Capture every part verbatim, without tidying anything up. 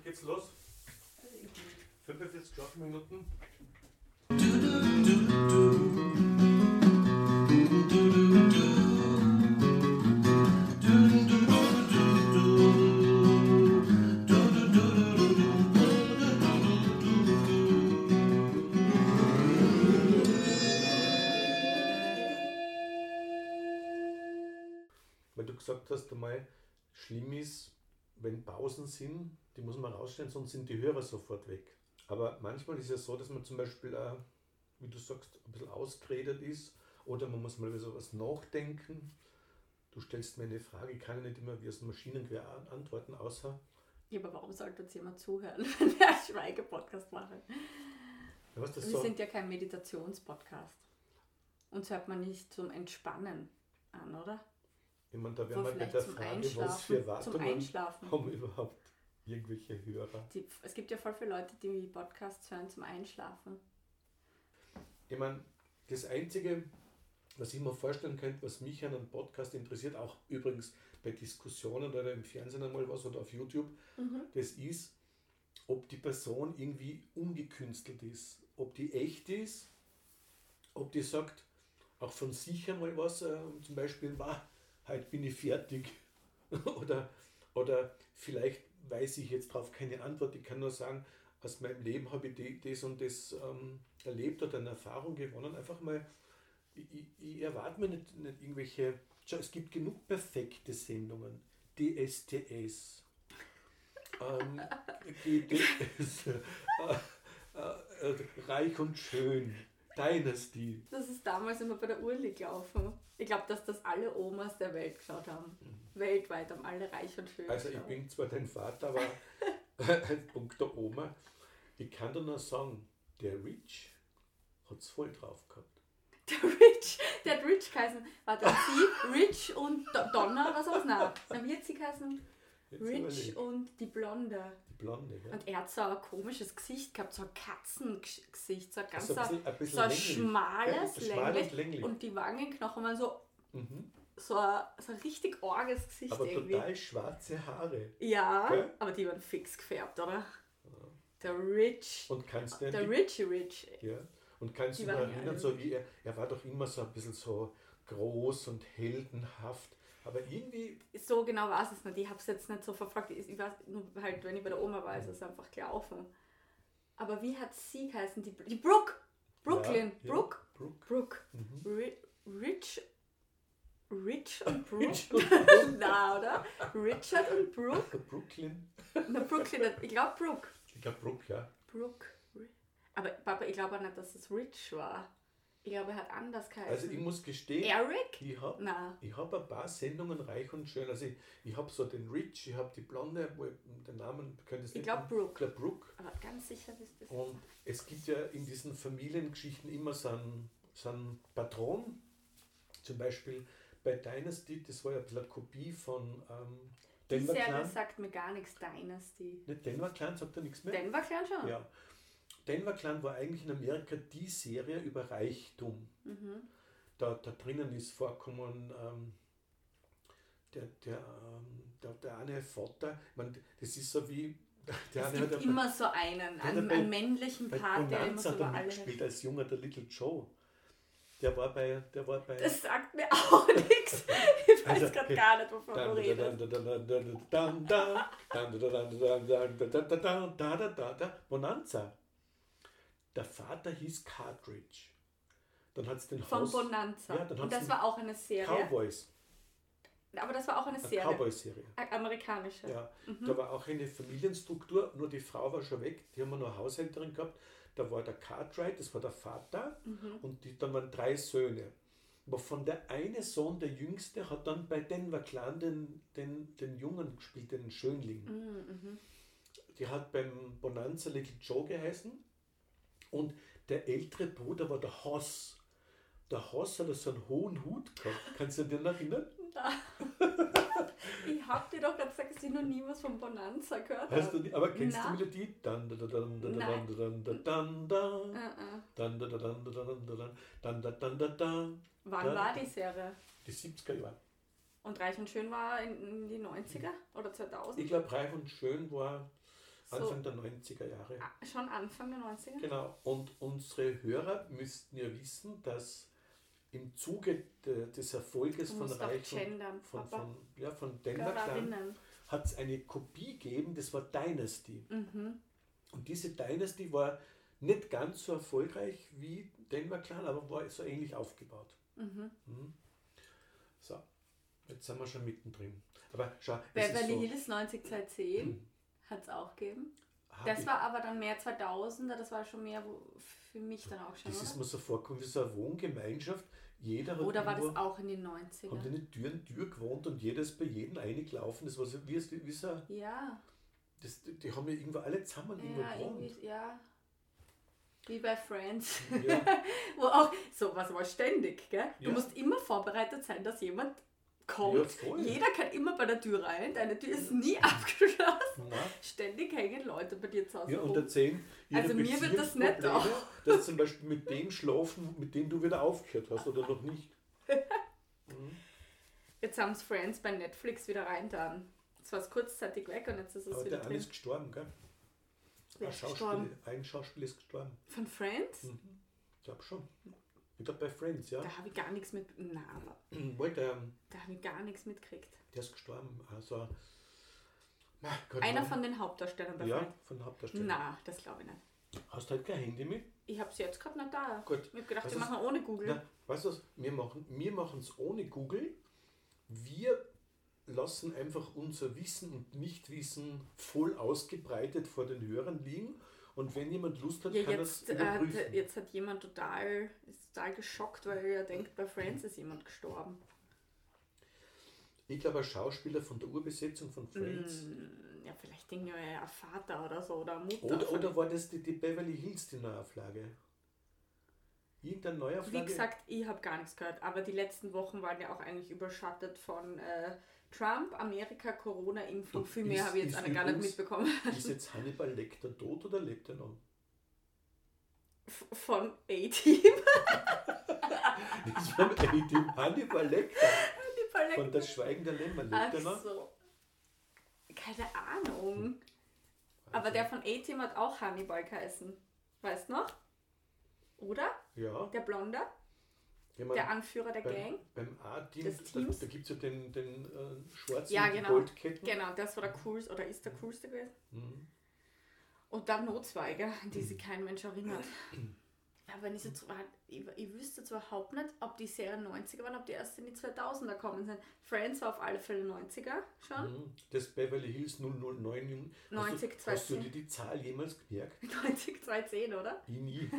geht's los? fünfundvierzig Minuten. Weil du gesagt hast, einmal schlimm ist, wenn Pausen sind, die muss man rausstellen, sonst sind die Hörer sofort weg. Aber manchmal ist es ja so, dass man zum Beispiel, auch, wie du sagst, ein bisschen ausgeredet ist oder man muss mal über sowas nachdenken. Du stellst mir eine Frage, ich kann ja nicht immer wie aus dem Maschinengewehr antworten, außer... Ja, aber warum sollte jetzt jemand zuhören, wenn wir einen Schweige-Podcast machen? Ja, was das wir so? sind ja kein Meditationspodcast. Uns hört man nicht zum Entspannen an, oder? Ich meine, da So wären wir bei vielleicht der zum Frage, Einschlafen, was für zum Erwartungen Einschlafen. haben überhaupt irgendwelche Hörer. Die, es gibt ja voll viele Leute, die Podcasts hören zum Einschlafen. Ich meine, das Einzige, was ich mir vorstellen könnte, was mich an einem Podcast interessiert, auch übrigens bei Diskussionen oder im Fernsehen einmal was oder auf YouTube, Mhm. das ist, ob die Person irgendwie umgekünstelt ist, ob die echt ist, ob die sagt, auch von sich einmal was, äh, zum Beispiel, wow, heute bin ich fertig oder, oder vielleicht weiß ich jetzt darauf keine Antwort, ich kann nur sagen, aus meinem Leben habe ich die, das und das ähm, erlebt oder eine Erfahrung gewonnen, einfach mal, ich, ich, ich erwarte mir nicht, nicht irgendwelche, schau, es gibt genug perfekte Sendungen, D S T S, ähm, G D S, äh, äh, äh, Reich und Schön, Dynasty. Das ist damals immer bei der Urli gelaufen. Ich glaube, dass das alle Omas der Welt geschaut haben. Mhm. Weltweit haben alle reich und schön Also geschaut. ich bin zwar dein Vater, aber Punkt der Oma, ich kann dir nur sagen, der Rich hat es voll drauf gehabt. Der Rich, der hat Rich geheißen. Warte, sie, Rich und Do- Donna oder sowas? Nein, dann wird sie geheißen Jetzt Rich überleg. und die Blonde. Die Blonde, gell? Und er hat so ein komisches Gesicht gehabt, so ein Katzengesicht, so ein ganz Also ein so, bisschen, ein bisschen so ein länglich. schmales, Ja, schmal und länglich. länglich. Und die Wangenknochen waren so, Mhm. so, ein, so ein richtig arges Gesicht Aber irgendwie. total schwarze Haare. Ja, Gell? aber die waren fix gefärbt, oder? Der Rich, Und kannst du der Richie Rich. ja, und kannst du Die dich waren noch ja erinnern, alle so wie er, er war doch immer so ein bisschen so groß und heldenhaft. Aber irgendwie, So genau weiß es nicht. Ich habe es jetzt nicht so verfolgt. Ich weiß nur halt, wenn ich bei der Oma war, ist es einfach gelaufen. Aber wie hat sie geheißen? Die, die Brooke! Brooklyn! ja, Brooke! Ja, Brooke. Brooke. Mhm. Ri- Rich. Rich und Brooke? Rich und Brooke. Na, oder? Richard und Brooke? Brooklyn. Na, Brooklyn. Ich glaube Brooke. Ich glaube Brooke, ja. Brooke. Ri- Aber Papa, ich glaube auch nicht, dass es Rich war. Ich glaube, er hat anders geheißen. Also ich muss gestehen, Eric? ich habe Nein. ich hab ein paar Sendungen reich und schön. Also ich, ich habe so den Rich, ich habe die Blonde, wo ich, den Namen könnte es Ich nicht. glaube Brooke. Der Brooke. Aber ganz sicher ist das. Und es gibt ja in diesen Familiengeschichten immer so einen, so einen Patron. Zum Beispiel bei Dynasty, das war ja ein bisschen eine Kopie von ähm, Die Denver Serie Clan. sagt mir gar nichts, Dynasty. Nicht Denver Clan, sagt er nichts mehr? Denver Clan schon? Ja. Denver Clan war eigentlich in Amerika die Serie über Reichtum. Mhm. Da, da drinnen ist vorkommen ähm, der, der, ähm, der, der eine Vater, ich meine, das ist so wie der Es eine gibt hat ja immer so einen, der einen, bei- einen männlichen bei Part, der immer Bonanza so hat über er alle mitgespielt als Junger, der Little Joe. Der war bei, der war bei Das sagt mir auch nichts. Ich weiß Also, gerade gar nicht, wovon Dann, du redest. dann, dann, dann, dann, dann, dann, dann, dann, dann, dann, dann, dann, da, da, da, da, Bonanza. Der Vater hieß Cartridge. Dann hat es den Von Haus... Bonanza. Ja, dann Und hat's das den war auch eine Serie. Cowboys. Aber das war auch eine Eine Serie. Cowboy-Serie. Eine amerikanische. Ja, Mhm. da war auch eine Familienstruktur, nur die Frau war schon weg, die haben wir nur eine Haushälterin gehabt. Da war der Cartwright, das war der Vater, Mhm. und die, dann waren drei Söhne. Wovon der eine Sohn, der jüngste, hat dann bei Denver Clan den, den, den Jungen gespielt, den Schönling. Mhm, mhm. Die hat beim Bonanza Little Joe geheißen, und der ältere Bruder war der Hoss. Der Hoss hat so einen hohen Hut gehabt. Kannst du dich noch erinnern? Ich hab dir doch gerade gesagt, dass ich noch nie was von Bonanza gehört Hast habe. du die, aber kennst Na. du die Melodie? Dan, da, da, dan, da, da, Nein. dan, da, da, dan, da, Äh, äh. dan, da, da, dan, da, da, dan, da, dan, da, dan, da, da. Wann Da- war die Serie? Die siebziger Jahre. Und Reich und Schön war in, in die neunziger oder zweitausend? Ich glaube, Reich und Schön war Anfang der neunziger Jahre. Schon Anfang der neunziger? Genau. Und unsere Hörer müssten ja wissen, dass im Zuge de, des Erfolges von Reich und von, von, ja, von Denver Clan hat es eine Kopie gegeben, das war Dynasty. Mhm. Und diese Dynasty war nicht ganz so erfolgreich wie Denver Clan, aber war so ähnlich aufgebaut. Mhm. Mhm. So, jetzt sind wir schon mittendrin. Aber schau, Beverly so, Hills neunzig zweihundertzehn mhm. hat es auch gegeben. Hab das ich, war aber dann mehr zweitausender, das war schon mehr wo, für mich dann auch schon, Das oder? ist mir so vorgekommen wie so eine Wohngemeinschaft. Jeder hat Oder war irgendwo, das auch in den neunzigern? haben die nicht Tür in Tür gewohnt und jeder ist bei jedem eingelaufen. Das war so wie, wie so... Ja. Das, die, die haben ja irgendwo alle zusammen Ja, irgendwo gewohnt. irgendwie, ja. Wie bei Friends. Ja. Wo auch, sowas war ständig, gell? Du Ja. musst immer vorbereitet sein, dass jemand kommt. Ja, voll. Jeder kann immer bei der Tür rein, deine Tür ist nie abgeschlossen. Nein. Ständig hängen Leute bei dir zu Hause Ja, und rum. erzählen ihre Also mir wird das nicht Beziehungsprobleme, dass zum Beispiel mit dem schlafen, mit dem du wieder aufgehört hast oder noch nicht. Mhm. Jetzt haben es Friends bei Netflix wieder reingetan. Jetzt war es kurzzeitig weg und jetzt ist es Aber wieder der eine drin. ist gestorben, gell? Wer Ein ist Schauspieler, gestorben? ein Schauspieler ist gestorben. Von Friends? Mhm. Ich glaube schon. Ich glaube bei Friends, ja. Da habe ich gar nichts mit. Nein, Weil der, da habe ich gar nichts mitgekriegt. der ist gestorben. Also, na, Gott, Einer Mann. von den Hauptdarstellern bei Ja, Friends? von der Hauptdarsteller. Na, das glaube ich nicht. Hast du halt kein Handy mit? Ich habe es jetzt gerade nicht da. Gut. Ich habe gedacht, Was wir ist- machen ohne Google. Na, weißt du was? Wir machen wir es ohne Google. Wir lassen einfach unser Wissen und Nichtwissen voll ausgebreitet vor den Hörern liegen. Und wenn jemand Lust hat, Ja, kann er jetzt, es äh, überprüfen. jetzt hat jemand total, ist total geschockt, weil er denkt, bei Friends ist jemand gestorben. Ich glaube, ein Schauspieler von der Urbesetzung von Friends. Mm, ja, vielleicht irgendwie ein Vater oder so oder eine Mutter. Oder, von- oder war das die, die Beverly Hills, die Neuauflage? Irgendeine Neuauflage? Wie gesagt, ich habe gar nichts gehört, aber die letzten Wochen waren ja auch eigentlich überschattet von äh, Trump, Amerika, Corona-Impfung. Du, Viel mehr ist- habe ich jetzt ist alle gar nicht übrigens- mitbekommen. Ist jetzt Hannibal Lecter tot oder lebt er noch? F- Von A-Team. Das ist vom A-Team Hannibal Lecter. Die Von Das Schweigen der Lämmer lebt er Ach noch? so. Keine Ahnung. Aber der von A-Team hat auch Hannibal geheißen. Weißt du noch? Oder? Ja. Der Blonde? Ich mein, Der Anführer der beim, Gang? Beim A-Team, des da, Teams? da gibt es ja den, den äh, schwarzen Ja, mit den genau. Goldketten. Genau, das war der coolste, oder ist der coolste gewesen. Mhm. Und dann Notzweige, an die sich kein Mensch erinnert. Ja, wenn ich jetzt, ich, ich wüsste jetzt überhaupt nicht, ob die Serien neunziger waren, ob die erst in die zweitausender gekommen sind. Friends war auf alle Fälle neunziger schon. Mhm. Das Beverly Hills null null neun. neunzig, Hast du, hast du zweihundertzehn. dir die Zahl jemals gemerkt? neunzig, zweihundertzehn, oder? Ich nie.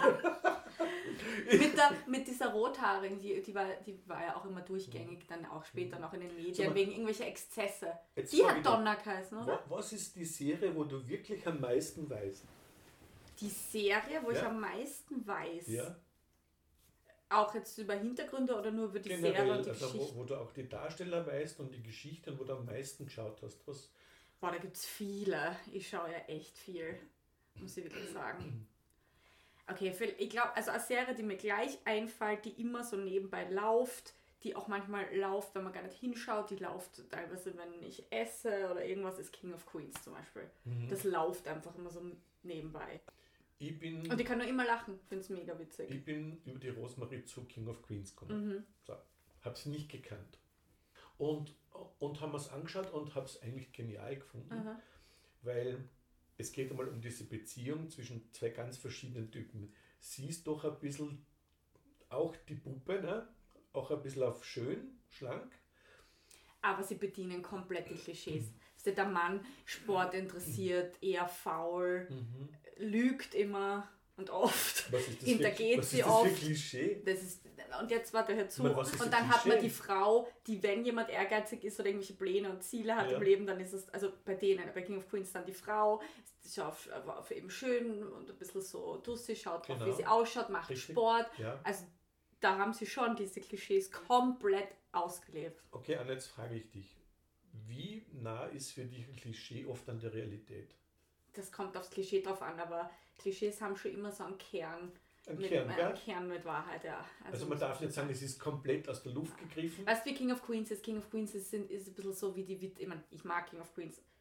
Mit, der, mit dieser Rothaarigen, die, die, war, die war ja auch immer durchgängig, dann auch später noch in den Medien, Sag mal, wegen irgendwelcher Exzesse. Jetzt Die frag hat ich dich, Donna geheißen, oder? wa- Was ist die Serie, wo du wirklich am meisten weißt? Die Serie, wo ich Ja. am meisten weiß. Ja, Auch jetzt über Hintergründe oder nur über die Serie generell. und die Also Geschichte? wo, wo du auch die Darsteller weißt und die Geschichte und wo du am meisten geschaut hast. Was? Boah, da gibt es viele. Ich schaue ja echt viel, muss ich wirklich sagen. Okay, viel- ich glaube, also eine Serie, die mir gleich einfällt, die immer so nebenbei läuft, die auch manchmal läuft, wenn man gar nicht hinschaut, die läuft teilweise, wenn ich esse oder irgendwas, ist King of Queens zum Beispiel. Mhm. Das läuft einfach immer so nebenbei. Ich bin, Und ich kann nur immer lachen, finde es mega witzig. ich bin über die Rosemarie zu King of Queens gekommen. Mhm. So, habe sie nicht gekannt. Und, und haben wir es angeschaut und habe es eigentlich genial gefunden, Aha. weil es geht einmal um diese Beziehung zwischen zwei ganz verschiedenen Typen. Sie ist doch ein bisschen auch die Puppe, ne? Auch ein bisschen auf schön, schlank. Aber sie bedienen komplett die Klischees. Also der Mann Sport interessiert, eher faul, Mhm. lügt immer und oft. Was ist das Hintergeht für, was sie ist das für oft. Klischee? Das ist, und jetzt warte, hör zu. Ich meine, was ist Und ein dann hat man Klischee? die Frau, die, wenn jemand ehrgeizig ist oder irgendwelche Pläne und Ziele hat Ja. im Leben, dann ist es, also bei denen, bei King of Queens dann die Frau, ist auf, auf eben schön und ein bisschen so dussig, schaut drauf, Genau. wie sie ausschaut, macht Richtig. Sport. Ja. Also da haben sie schon diese Klischees komplett ausgelebt. Okay, Anna, jetzt frage ich dich. Wie nah ist für dich ein Klischee oft an der Realität? Das kommt aufs Klischee drauf an, aber Klischees haben schon immer so einen Kern. Ein mit, Kern, einen gell? Kern mit Wahrheit, ja. Also man darf nicht sagen, es ist komplett aus der Luft gegriffen. Weißt du, wie King of Queens ist? King of Queens ist, sind, ist ein bisschen so wie die, Wit- ich, mein, ich mag King of Queens.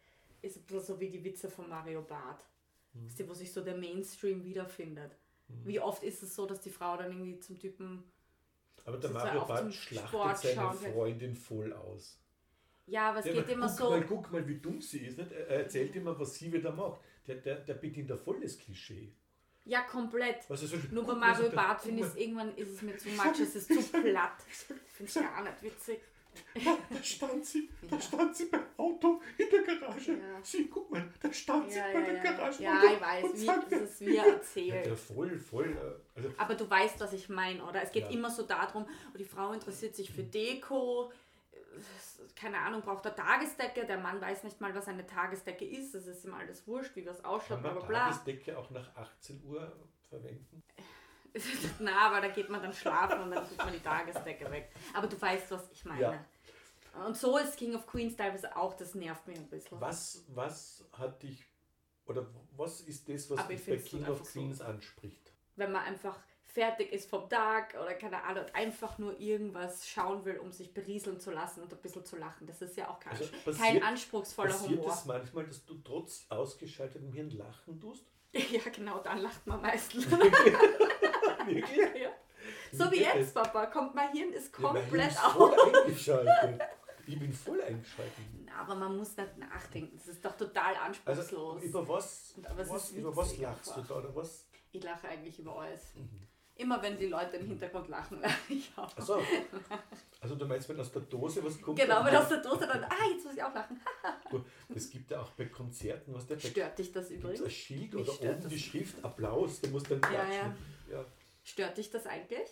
ist ein bisschen so wie die Witze von Mario Barth. Mhm. Weißt du, wo sich so der Mainstream wiederfindet. Mhm. Wie oft ist es so, dass die Frau dann irgendwie zum Typen... Aber der so Mario auf zum Barth Sport schlachtet seine schauen will. Freundin voll aus. Ja, aber es Der geht mal, immer guck so... Mal, guck mal, wie dumm sie ist. Nicht? Er erzählt immer, was sie wieder macht. Der, der, der bedient ein volles Klischee. Ja, komplett. Was ist so, Nur bei guck mal, Mario so, Barth guck finde ich mal. es irgendwann ist es mir zu much, es ist zu platt. Finde ich gar nicht witzig. Da, da stand sie, da Ja. stand sie beim Auto in der Garage. Ja. Sie, guck mal, da stand sie Ja, bei ja, der ja. Garage. Ja, und, ich weiß, und wie, sagt, das ist wie er ja, erzählt. der voll, voll. äh, Also, Aber du weißt, was ich meine, oder? Es geht Ja. immer so darum, oh, die Frau interessiert sich für Deko, keine Ahnung, braucht eine Tagesdecke, der Mann weiß nicht mal, was eine Tagesdecke ist, das ist ihm alles wurscht, wie das ausschaut, kann bla man bla bla. Tagesdecke auch nach achtzehn Uhr verwenden? Na, aber da geht man dann schlafen und dann tut man die Tagesdecke weg. Aber du weißt, was ich meine. Ja. Und so ist King of Queens teilweise auch, das nervt mich ein bisschen. Was, was hat dich, oder was ist das, was Aber dich ich bei find's King einfach of so. Queens anspricht? Wenn man einfach fertig ist vom Tag oder keine Ahnung, einfach nur irgendwas schauen will, um sich berieseln zu lassen und ein bisschen zu lachen. Das ist ja auch kein, Also kein passiert- anspruchsvoller Passiert Humor. es manchmal, dass du trotz ausgeschaltetem Hirn lachen tust? Ja, genau, dann lacht man meistens. Wirklich? Ja. So wie geht jetzt, es? Papa. Kommt mein Hirn ist Ja, mein Hirn komplett ist auf. voll eingeschaltet. Ich bin voll eingeschaltet. Na, aber man muss nicht nachdenken. Das ist doch total Also anspruchslos. über was, Und- aber es was, ist über was witzig lachst einfach. du da? Oder was? Ich lache eigentlich über alles. Mhm. Immer wenn die Leute im Hintergrund lachen, lache ich auch. Achso. Also du meinst, wenn aus der Dose was kommt? Genau, dann- wenn aus der Dose dann, ah, jetzt muss ich auch lachen. Du, es gibt ja auch bei Konzerten, was der bei Stört dich das gibt's ein übrigens? Schild Mich oder stört oben das die nicht. Schrift Applaus, du musst dann Ja, klatschen. ja. Ja. Stört dich das eigentlich?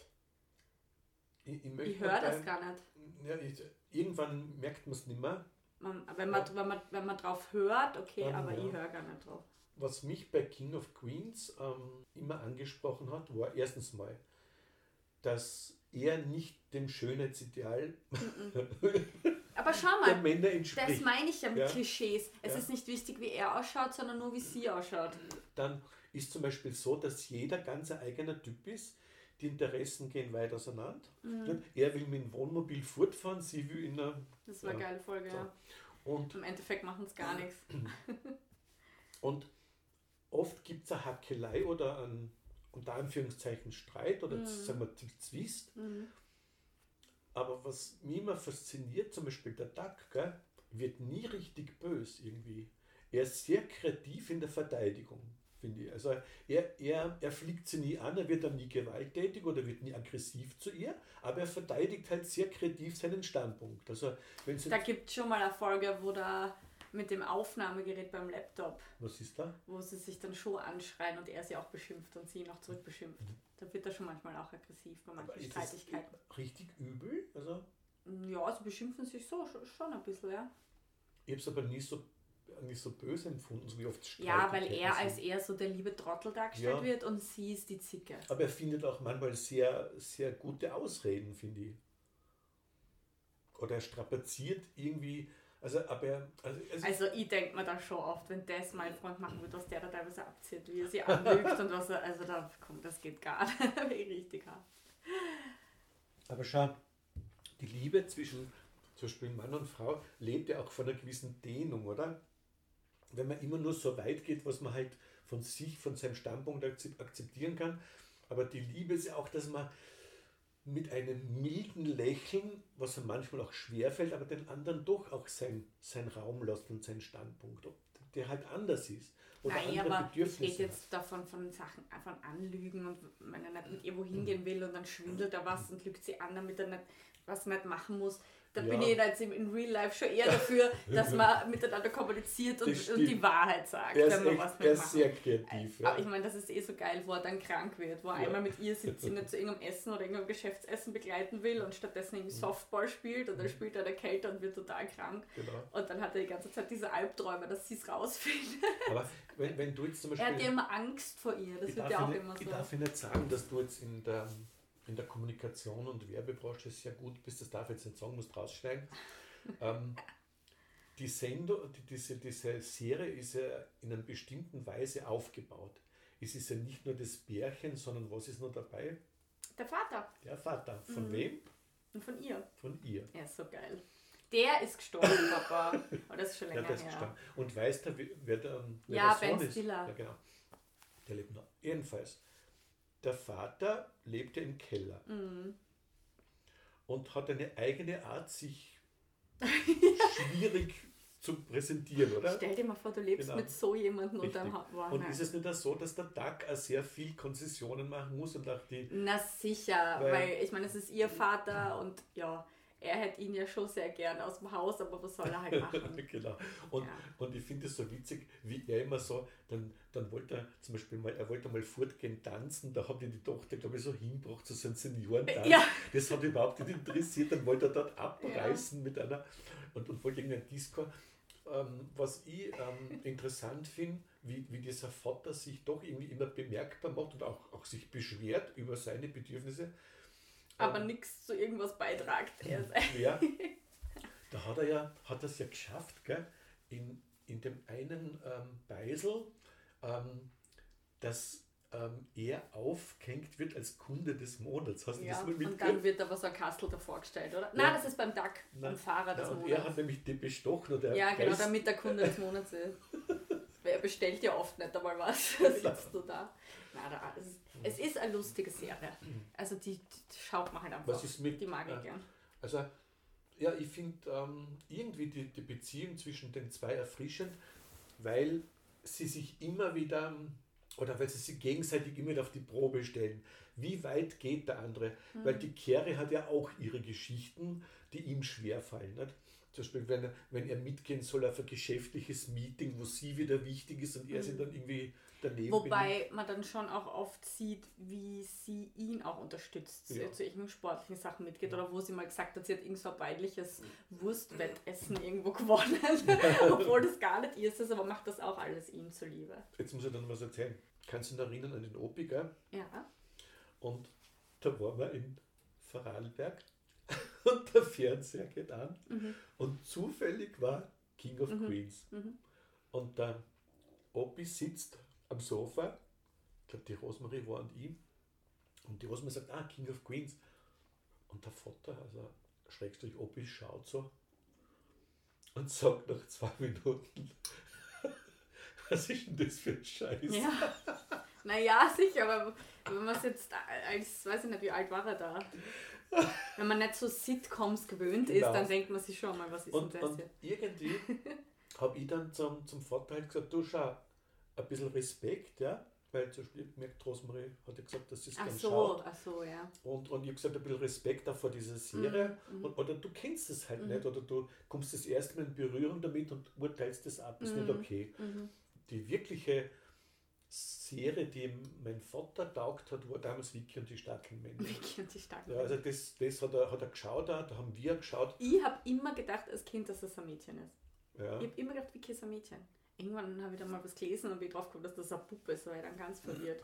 Ich, ich, möchte Ich höre das beim- gar nicht. Ja, ich, irgendwann merkt man es nicht mehr. Man, wenn, man, wenn, man, wenn man drauf hört, okay, Dann, aber ja. ich höre gar nicht drauf. Was mich bei King of Queens ähm, immer angesprochen hat, war erstens mal, dass er nicht dem Schönheitsideal Aber schau der mal, Männer das entspricht. meine ich ja mit Ja. Klischees. Es Ja. ist nicht wichtig, wie er ausschaut, sondern nur, wie sie ausschaut. Dann ist zum Beispiel so, dass jeder ganz ein eigener Typ ist. Die Interessen gehen weit auseinander. Mhm. Er will mit dem Wohnmobil fortfahren, sie will in einer... Das war eine Ja. geile Folge, So. ja. Und, Im Endeffekt machen es gar nichts. und oft gibt es eine Hackelei oder einen, unter Anführungszeichen, Streit oder Mhm. sagen wir Zwist. Mhm. Aber was mich immer fasziniert, zum Beispiel der Duck, gell, wird nie richtig böse irgendwie. Er ist sehr kreativ in der Verteidigung, finde ich. Also er, er, er fliegt sie nie an, er wird dann nie gewalttätig oder wird nie aggressiv zu ihr, aber er verteidigt halt sehr kreativ seinen Standpunkt. Also wenn sie, Da gibt es schon mal eine Folge, wo da mit dem Aufnahmegerät beim Laptop, was ist da? wo sie sich dann schon anschreien und er sie auch beschimpft und sie ihn auch zurückbeschimpft. Mhm. Da wird er schon manchmal auch aggressiv bei Aber manchen ist das Streitigkeiten. richtig übel? Also Ja, sie beschimpfen sich so sch- schon ein bisschen, ja. ich habe es aber nie so, nicht so böse empfunden, so wie oft Ja, weil Streitigkeiten er sind. als eher so der liebe Trottel dargestellt Ja. wird und sie ist die Zicke. Aber er findet auch manchmal sehr, sehr gute Ausreden, finde ich. Oder er strapaziert irgendwie. Also, aber er, also, also, Also ich denke mir da schon oft, wenn das mein Freund machen würde, was der da teilweise abzieht, wie er sie anlügt und was er, also da, komm, das geht gar nicht. Richtig hart. aber schau, die Liebe zwischen zum Beispiel Mann und Frau lebt ja auch von einer gewissen Dehnung, oder? Wenn man immer nur so weit geht, was man halt von sich, von seinem Standpunkt akzep- akzeptieren kann. Aber die Liebe ist ja auch, dass man mit einem milden Lächeln, was ihm manchmal auch schwerfällt, aber den anderen doch auch sein, sein Raum lässt und seinen Standpunkt, ob der halt anders ist. Oder Nein, andere aber ich Bedürfnisse rede jetzt davon von Sachen, von Anlügen und wenn er nicht mit ihr wohin gehen will und dann schwindelt er was und lügt sie an, damit er nicht, was er nicht machen muss. Da bin Ja. ich jetzt im in Real Life schon eher dafür, dass man miteinander kommuniziert und, Das und die stimmt. Wahrheit sagt, Er ist, wenn man echt, was er ist mitmacht. sehr kreativ. Ja. Aber ich meine, das ist eh so geil, wo er dann krank wird, wo er Ja. einmal mit ihr sitzt, sie nicht zu irgendeinem Essen oder irgendeinem Geschäftsessen begleiten will und stattdessen irgendwie Mhm. Softball spielt und dann spielt er in der Kälte und wird total krank. Genau. Und dann hat er die ganze Zeit diese Albträume, dass sie es rausfindet. Aber wenn, wenn du jetzt zum Er Beispiel... hat ja immer Angst vor ihr, das ich wird darf ja auch nicht, immer Ich so. darf ja nicht sagen, dass du jetzt in der, in der Kommunikation und Werbebranche sehr gut bist, das darf ich jetzt nicht sagen, musst rausschneiden. ähm, die Sendung, die, diese, diese Serie ist ja in einer bestimmten Weise aufgebaut. Es ist ja nicht nur das Bärchen, sondern was ist noch dabei? Der Vater. Der Vater. Von Mhm. wem? Und von ihr. Von ihr. Er ist so geil. Der ist gestorben, Papa. Aber das ist schon länger Ja, der ist her. gestorben. Und weißt du, wer, wer, der, wer Ja, der Sohn Ben ist? Stiller. Ja, genau. Der lebt noch. Jedenfalls, der Vater lebte im Keller Mhm. und hat eine eigene Art, sich schwierig zu präsentieren, oder? Stell dir mal vor, du lebst Genau. mit so jemandem und Richtig. dann hat wow, Und nein. ist es nicht auch so, dass der Duck auch sehr viel Konzessionen machen muss und auch die. Na sicher, Weil- weil, ich meine, es ist ihr Vater und ja, er hätte ihn ja schon sehr gern aus dem Haus, aber was soll er halt machen? Genau. Und, Ja. und ich finde es so witzig, wie er immer so, dann, dann wollte er zum Beispiel mal, er wollte mal fortgehen tanzen, da hat ihn die Tochter, glaube ich, so hingebracht zu so einem Seniorentanz. Ja. Das hat ihn überhaupt nicht interessiert, dann wollte er dort abreißen mit einer und, und wollte irgendein Disco. Ähm, was ich ähm, interessant finde, wie, wie dieser Vater sich doch irgendwie immer bemerkbar macht und auch, auch sich beschwert über seine Bedürfnisse. Aber Ähm, nichts zu irgendwas beitragt. Er ist Ja, da hat er ja, hat er es ja geschafft, gell? In, in dem einen ähm, Beisel, ähm, dass ähm, er aufgehängt wird als Kunde des Monats. Hast du ja, das mal und mitgekriegt? dann wird aber so ein Kastel davor gestellt, oder? Nein, das ist beim Duck, beim Fahrer des Ja, und er Monats. hat nämlich den bestochen. Und der Ja, genau, Preis- damit der Kunde des Monats ist. Weil er bestellt ja oft nicht einmal was. Genau. Da sitzt du da. Nein, da es, ist, es ist eine lustige Serie. Also die, die schaut man halt einfach. Was ist mit, die mag ich äh, gern. Also, ja, ich finde ähm, irgendwie die, die Beziehung zwischen den zwei erfrischend, weil sie sich immer wieder, oder weil sie sich gegenseitig immer wieder auf die Probe stellen. Wie weit geht der andere? Mhm. Weil die Kere hat ja auch ihre Geschichten, die ihm schwerfallen. Nicht? Zum Beispiel, wenn er, wenn er mitgehen soll auf ein geschäftliches Meeting, wo sie wieder wichtig ist und er sich dann irgendwie daneben benimmt. Wobei man dann schon auch oft sieht, wie sie ihn auch unterstützt, Ja. zu irgendwelchen sportlichen Sachen mitgeht. Oder wo sie mal gesagt hat, sie hat irgend so ein peinliches Wurstwettessen irgendwo gewonnen. Obwohl das gar nicht ihr ist, aber macht das auch alles ihm zuliebe. Jetzt muss ich dann was erzählen. Kannst du dich erinnern an den Opi, gell? Ja. Und da waren wir in Vorarlberg und der Fernseher geht an Mhm. und zufällig war King of Mhm. Queens. Mhm. Und der Opi sitzt am Sofa, ich glaube die Rosmarie war und ich, und die Rosmarie sagt, ah, King of Queens. Und der Vater, also Schrägstrich Opi, schaut so und sagt nach zwei Minuten, was ist denn das für ein Scheiß? Ja. Naja, sicher, aber wenn man es jetzt als, weiß ich nicht, wie alt war er da? Wenn man nicht so Sitcoms gewöhnt ist, Genau. dann denkt man sich schon mal, was ist Und, denn das und hier? irgendwie habe ich dann zum, zum Vater halt gesagt, du schau, ein bisschen Respekt, ja, weil zum Beispiel merkt Rosmarie hat ja gesagt, dass sie es Ach gerne so, schaut. ach so, ja. Und, und ich habe gesagt, ein bisschen Respekt auch vor dieser Serie. Mhm, mhm. Und, oder du kennst es halt Mhm. nicht, oder du kommst das erste Mal in Berührung damit und urteilst das ab, ist Mhm. nicht okay. Mhm. Die wirkliche Serie, die mein Vater taugt hat, war damals Vicky und die starken Männer. Vicky und die starken Ja, also das, das hat, er, hat er geschaut, auch, da haben wir geschaut. Ich habe immer gedacht als Kind, dass das ein Mädchen ist. Ja. Ich habe immer gedacht, Vicky ist ein Mädchen. Irgendwann habe ich dann mal was gelesen und bin drauf gekommen, dass das eine Puppe ist, war ich dann ganz verwirrt.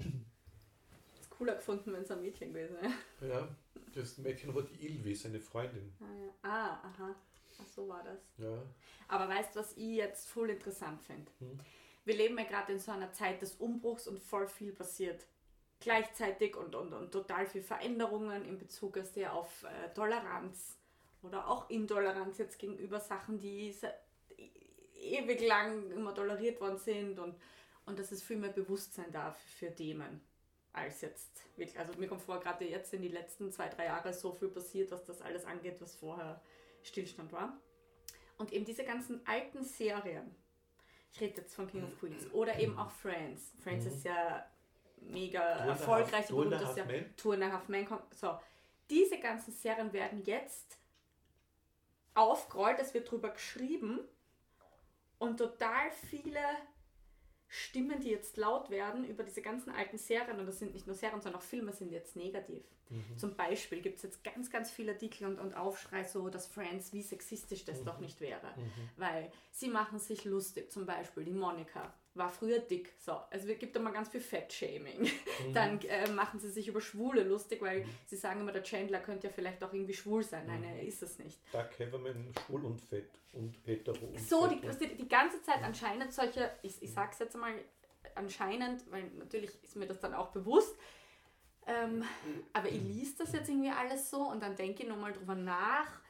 Es cooler gefunden, wenn es ein Mädchen gewesen wäre. Ja, das Mädchen war die Ilvi, seine Freundin. Ah, ja. ah, aha. Ach, so war das. Ja. Aber weißt du, was ich jetzt voll interessant finde? Hm. Wir leben ja gerade in so einer Zeit des Umbruchs und voll viel passiert. Gleichzeitig und, und, und total viel Veränderungen in Bezug auf, sehr auf äh, Toleranz oder auch Intoleranz jetzt gegenüber Sachen, die se- ewig lang immer toleriert worden sind und, und dass es viel mehr Bewusstsein da für Themen als jetzt wirklich. Also mir kommt vor, gerade jetzt in den letzten zwei, drei Jahren so viel passiert, was das alles angeht, was vorher Stillstand war. Und eben diese ganzen alten Serien, ich rede jetzt von King of Queens, oder eben auch Friends. Friends Mhm. ist ja mega Two and a erfolgreich, Half- Two and a berühmt ist Half ja Men. Two and a Half Men. kommt- So, diese ganzen Serien werden jetzt aufgerollt, es wird drüber geschrieben und total viele Stimmen, die jetzt laut werden über diese ganzen alten Serien, und das sind nicht nur Serien, sondern auch Filme, sind jetzt negativ. Mhm. Zum Beispiel gibt es jetzt ganz, ganz viele Artikel und, und Aufschrei, so dass Friends, wie sexistisch das Mhm. doch nicht wäre. Mhm. Weil sie machen sich lustig, zum Beispiel die Monika war früher dick, so, also es gibt immer ganz viel Fettshaming. Mhm. Dann äh, machen sie sich über Schwule lustig, weil Mhm. sie sagen immer, der Chandler könnte ja vielleicht auch irgendwie schwul sein. Nein, Mhm. er ist es nicht. Doug Haverman, schwul und fett und hetero und So, die, fett und- die, die ganze Zeit anscheinend solche, ich, ich sag's jetzt mal, anscheinend, weil natürlich ist mir das dann auch bewusst, ähm, aber ich liest das jetzt irgendwie alles so und dann denke ich nochmal drüber nach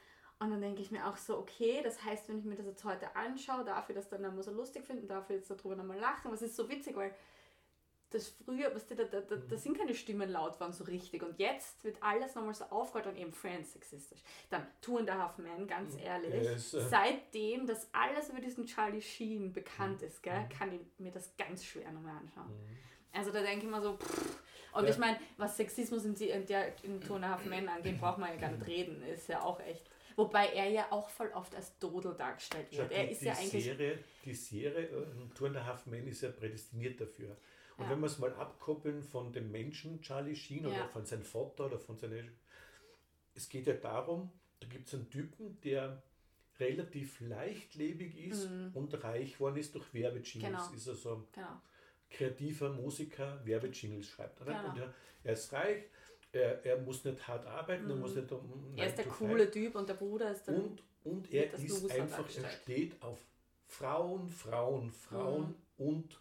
Und dann denke ich mir auch so, okay, das heißt, wenn ich mir das jetzt heute anschaue, dafür das dann immer so lustig finden, dafür jetzt darüber nochmal lachen, was ist so witzig, weil das früher, weißt du, da, da, da, da sind keine Stimmen laut waren so richtig und jetzt wird alles nochmal so aufgerollt und eben Friends sexistisch. Dann Two and a Half Men, ganz ehrlich, yes, äh seitdem das alles über diesen Charlie Sheen bekannt ist, gell, kann ich mir das ganz schwer nochmal anschauen. Mhm. Also da denke ich mir so, pff. Und ja. Ich meine, was Sexismus in, in, der, in Two and a Half Men angeht, braucht man ja gar nicht reden, ist ja auch echt. Wobei er ja auch voll oft als Dodel dargestellt wird. Ja, er die, ist die ja eigentlich Serie, die Serie uh, Two and a Half Men ist ja prädestiniert dafür. Und ja. wenn wir es mal abkoppeln von dem Menschen Charlie Sheen oder ja. von seinem Vater oder von seiner... Es geht ja darum, da gibt es einen Typen, der relativ leichtlebig ist mhm. und reich worden ist durch Werbejingles. Genau. Ist er so genau. kreativer Musiker, Werbejingles schreibt. Genau. Und er, er ist reich, er, er muss nicht hart arbeiten, mhm. er muss nicht um... Er ist der coole Typ und der Bruder ist der... Und, und er ist einfach, er steht auf Frauen, Frauen, Frauen mhm. und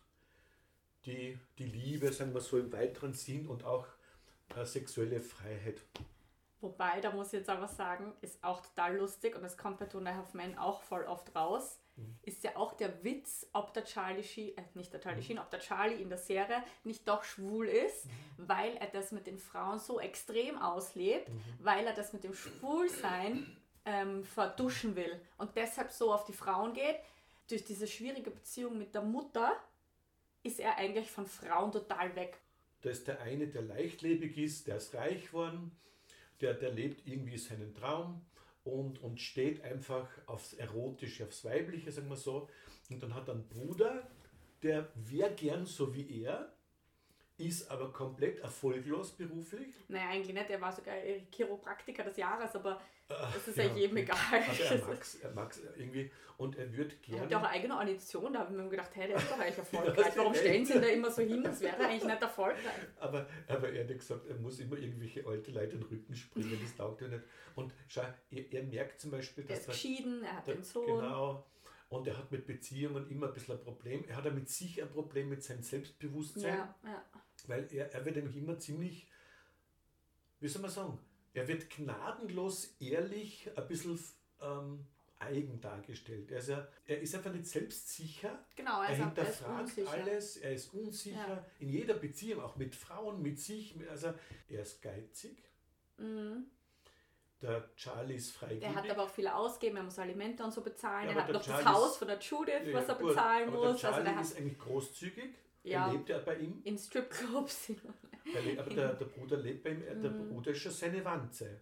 Die, die Liebe, sagen wir so im weiteren Sinn und auch äh, sexuelle Freiheit. Wobei, da muss ich jetzt aber sagen, ist auch total lustig und das kommt bei Two and a Half Men auch voll oft raus, mhm. ist ja auch der Witz, ob der Charlie Sheen, äh, nicht der Charlie mhm. Sheen, ob der Charlie in der Serie nicht doch schwul ist, mhm. weil er das mit den Frauen so extrem auslebt, mhm. weil er das mit dem Schwulsein ähm, verduschen will und deshalb so auf die Frauen geht. Durch diese schwierige Beziehung mit der Mutter ist er eigentlich von Frauen total weg. Da ist der eine, der leichtlebig ist, der ist reich geworden, der, der lebt irgendwie seinen Traum und, und steht einfach aufs Erotische, aufs Weibliche, sagen wir so. Und dann hat er einen Bruder, der wäre gern so wie er, ist aber komplett erfolglos beruflich. Naja, eigentlich nicht, er war sogar Chiropraktiker des Jahres, aber das ist ja, ja jedem egal. Aber er mag es er mag's irgendwie und er würde gerne... Er hat ja auch eine eigene Organisation, da habe ich mir gedacht, hey, der ist doch eigentlich erfolgreich. Warum stellen sie ihn da immer so hin? Das wäre eigentlich nicht erfolgreich. Aber, aber er hat gesagt, er muss immer irgendwelche alte Leute in den Rücken springen, das taugt ja nicht. Und schau, er, er merkt zum Beispiel, dass... Er ist geschieden, er hat der, den Sohn. Genau. Und er hat mit Beziehungen immer ein bisschen ein Problem. Er hat ja mit sich ein Problem mit seinem Selbstbewusstsein. Ja, ja. Weil er, er wird nämlich immer ziemlich, wie soll man sagen, er wird gnadenlos, ehrlich, ein bisschen ähm, eigen dargestellt. Er ist, ja, er ist einfach nicht selbstsicher. Genau, er, er ist hinterfragt er ist alles, er ist unsicher. Ja. In jeder Beziehung, auch mit Frauen, mit sich. Also er ist geizig. Mhm. Der Charlie ist freigebig. Er hat aber auch viel ausgeben, er muss Alimente und so bezahlen. Ja, er hat noch Charlie das Haus von der Judith, ja, was er gut, bezahlen aber muss. Der Charlie also der ist eigentlich großzügig. Ja, er lebt ja bei ihm. in Stripclubs. Aber der, der Bruder lebt bei ihm, der Bruder ist schon seine Wanze.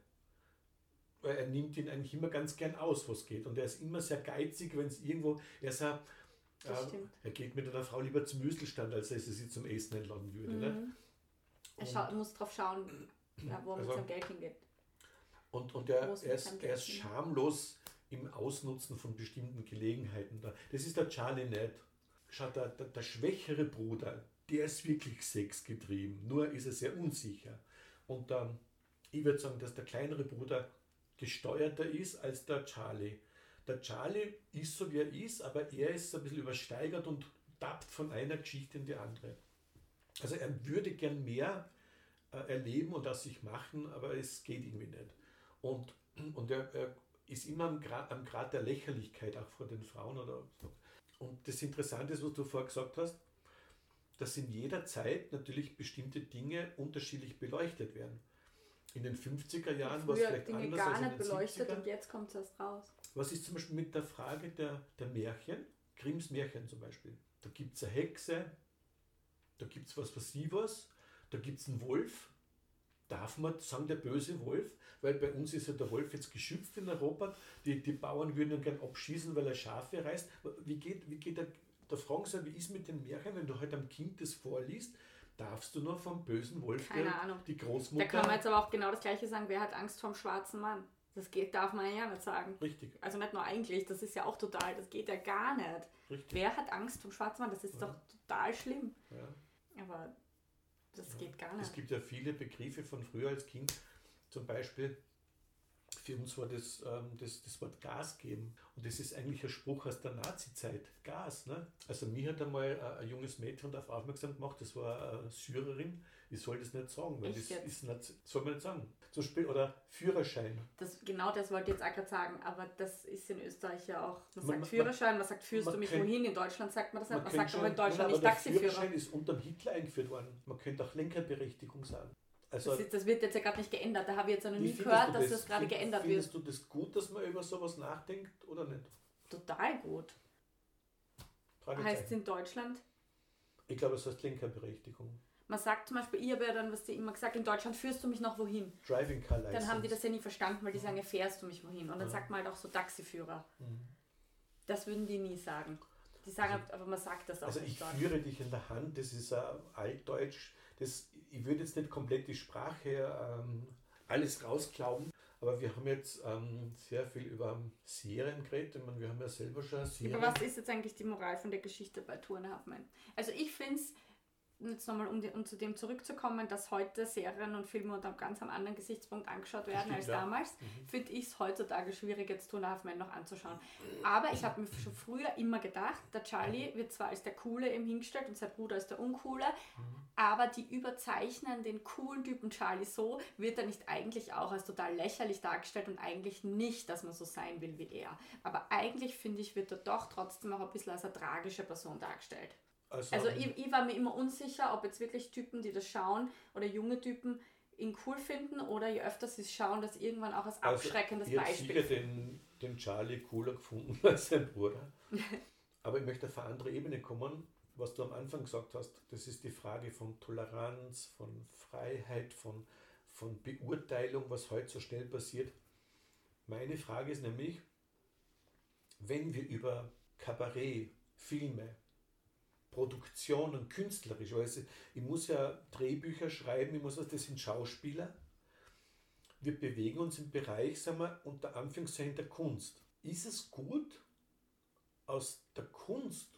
Er nimmt ihn eigentlich immer ganz gern aus, was geht. Und er ist immer sehr geizig, wenn es irgendwo, er sagt, äh, er geht mit einer Frau lieber zum Müselstand, als dass er sie zum Essen einladen würde. Mhm. Ne? Er schaut, muss drauf schauen, ja, wo er also, mit seinem Geld hingeht. Und, und er, er, ist, er ist schamlos im Ausnutzen von bestimmten Gelegenheiten. Das ist der Charlie nicht. Schaut, der, der, der schwächere Bruder, der ist wirklich sexgetrieben, nur ist er sehr unsicher. Und ähm, ich würde sagen, dass der kleinere Bruder gesteuerter ist als der Charlie. Der Charlie ist so, wie er ist, aber er ist ein bisschen übersteigert und tappt von einer Geschichte in die andere. Also er würde gern mehr äh, erleben und aus sich machen, aber es geht irgendwie nicht. Und, und er, er ist immer am Grad, am Grad der Lächerlichkeit, auch vor den Frauen oder so. Und das Interessante ist, was du vorher gesagt hast, dass in jeder Zeit natürlich bestimmte Dinge unterschiedlich beleuchtet werden. In den fünfziger Jahren war es vielleicht Dinge anders gar als in nicht den beleuchtet siebzigern. Und jetzt kommt es erst raus. Was ist zum Beispiel mit der Frage der, der Märchen, Grimms Märchen zum Beispiel? Da gibt es eine Hexe, da gibt es was, was sie was, da gibt es einen Wolf. Darf man sagen, der böse Wolf? Weil bei uns ist ja der Wolf jetzt geschützt in Europa. Die, die Bauern würden ihn gern abschießen, weil er Schafe reißt. Wie geht, wie geht der, da fragen sie, wie ist mit den Märchen, wenn du halt am Kind das vorliest, darfst du nur vom bösen Wolf, Keine der, Ahnung. die Großmutter... Da kann man jetzt aber auch genau das Gleiche sagen, wer hat Angst vor dem schwarzen Mann? Das geht, darf man ja nicht sagen. Richtig. Also nicht nur eigentlich, das ist ja auch total, das geht ja gar nicht. Richtig. Wer hat Angst vor dem schwarzen Mann? Das ist ja. doch total schlimm. Ja. Aber das ja. geht gar nicht. Es gibt ja viele Begriffe von früher als Kind, zum Beispiel Für uns war das, ähm, das das Wort Gas geben. Und das ist eigentlich ein Spruch aus der Nazi-Zeit. Gas. Ne? Also mir hat einmal ein, ein junges Mädchen darauf aufmerksam gemacht, das war eine Syrerin. Ich soll das nicht sagen, weil Echt das jetzt? ist nicht, soll man nicht sagen. Zum Beispiel, oder Führerschein. Das, genau das wollte ich jetzt auch gerade sagen, aber das ist in Österreich ja auch, man Man- sagt Führerschein, man sagt, führst man du mich könnt- wohin? In Deutschland sagt man das nicht, man, Man sagt könnte aber in schon- Deutschland nein, nicht aber Taxiführer. Der Führerschein ist unter dem Hitler eingeführt worden. Man könnte auch Lenkerberechtigung sagen. Also, Das, ist, das wird jetzt ja gerade nicht geändert, da habe ich jetzt ja noch wie nie findest gehört, du dass das gerade Find- geändert wird. Findest du das gut, dass man über sowas nachdenkt oder nicht? Total gut. Fragezeichen. Heißt es in Deutschland? Ich glaube, es heißt Lenkerberechtigung. Man sagt zum Beispiel, ich habe ja dann, was die immer gesagt, in Deutschland führst du mich noch wohin. Driving Car License. Dann haben die das ja nie verstanden, weil die sagen, ja, fährst du mich wohin. Und dann Ja. sagt man halt auch so Taxiführer. Mhm. Das würden die nie sagen. Die sagen, Also- aber man sagt das auch Also nicht ich dort. führe dich in der Hand, das ist ein Altdeutsch. Das, ich würde jetzt nicht komplett die Sprache ähm, alles rausglauben, aber wir haben jetzt ähm, sehr viel über Serien geredet. Ich meine, wir haben ja selber schon Serien. Aber was ist jetzt eigentlich die Moral von der Geschichte bei Two and a Half Men? Also ich finde es, jetzt nochmal um, die- um zu dem zurückzukommen, dass heute Serien und Filme unter einem ganz am anderen Gesichtspunkt angeschaut werden Stimmt, als ja. damals, Mhm. finde ich es heutzutage schwierig, jetzt Two and a Half Men noch anzuschauen. Aber ich habe mir schon früher immer gedacht, der Charlie wird zwar als der Coole eben hingestellt und sein Bruder als der Uncoole, aber die überzeichnen den coolen Typen Charlie so, wird er nicht eigentlich auch als total lächerlich dargestellt und eigentlich nicht, dass man so sein will wie er. Aber eigentlich, finde ich, wird er doch trotzdem auch ein bisschen als eine tragische Person dargestellt. Also, Also ich, ich war mir immer unsicher, ob jetzt wirklich Typen, die das schauen, oder junge Typen ihn cool finden, oder je öfter sie es schauen, das irgendwann auch als abschreckendes ich habe Beispiel sicher den, den Charlie cooler gefunden als sein Bruder. Aber ich möchte auf eine andere Ebene kommen, was du am Anfang gesagt hast. Das ist die Frage von Toleranz, von Freiheit, von, von Beurteilung, was heute so schnell passiert. Meine Frage ist nämlich, wenn wir über Kabarett, Filme, Produktionen, künstlerisch, also ich muss ja Drehbücher schreiben, ich muss, das sind Schauspieler. Wir bewegen uns im Bereich, sagen wir, unter Anführungszeichen der Kunst. Ist es gut, aus der Kunst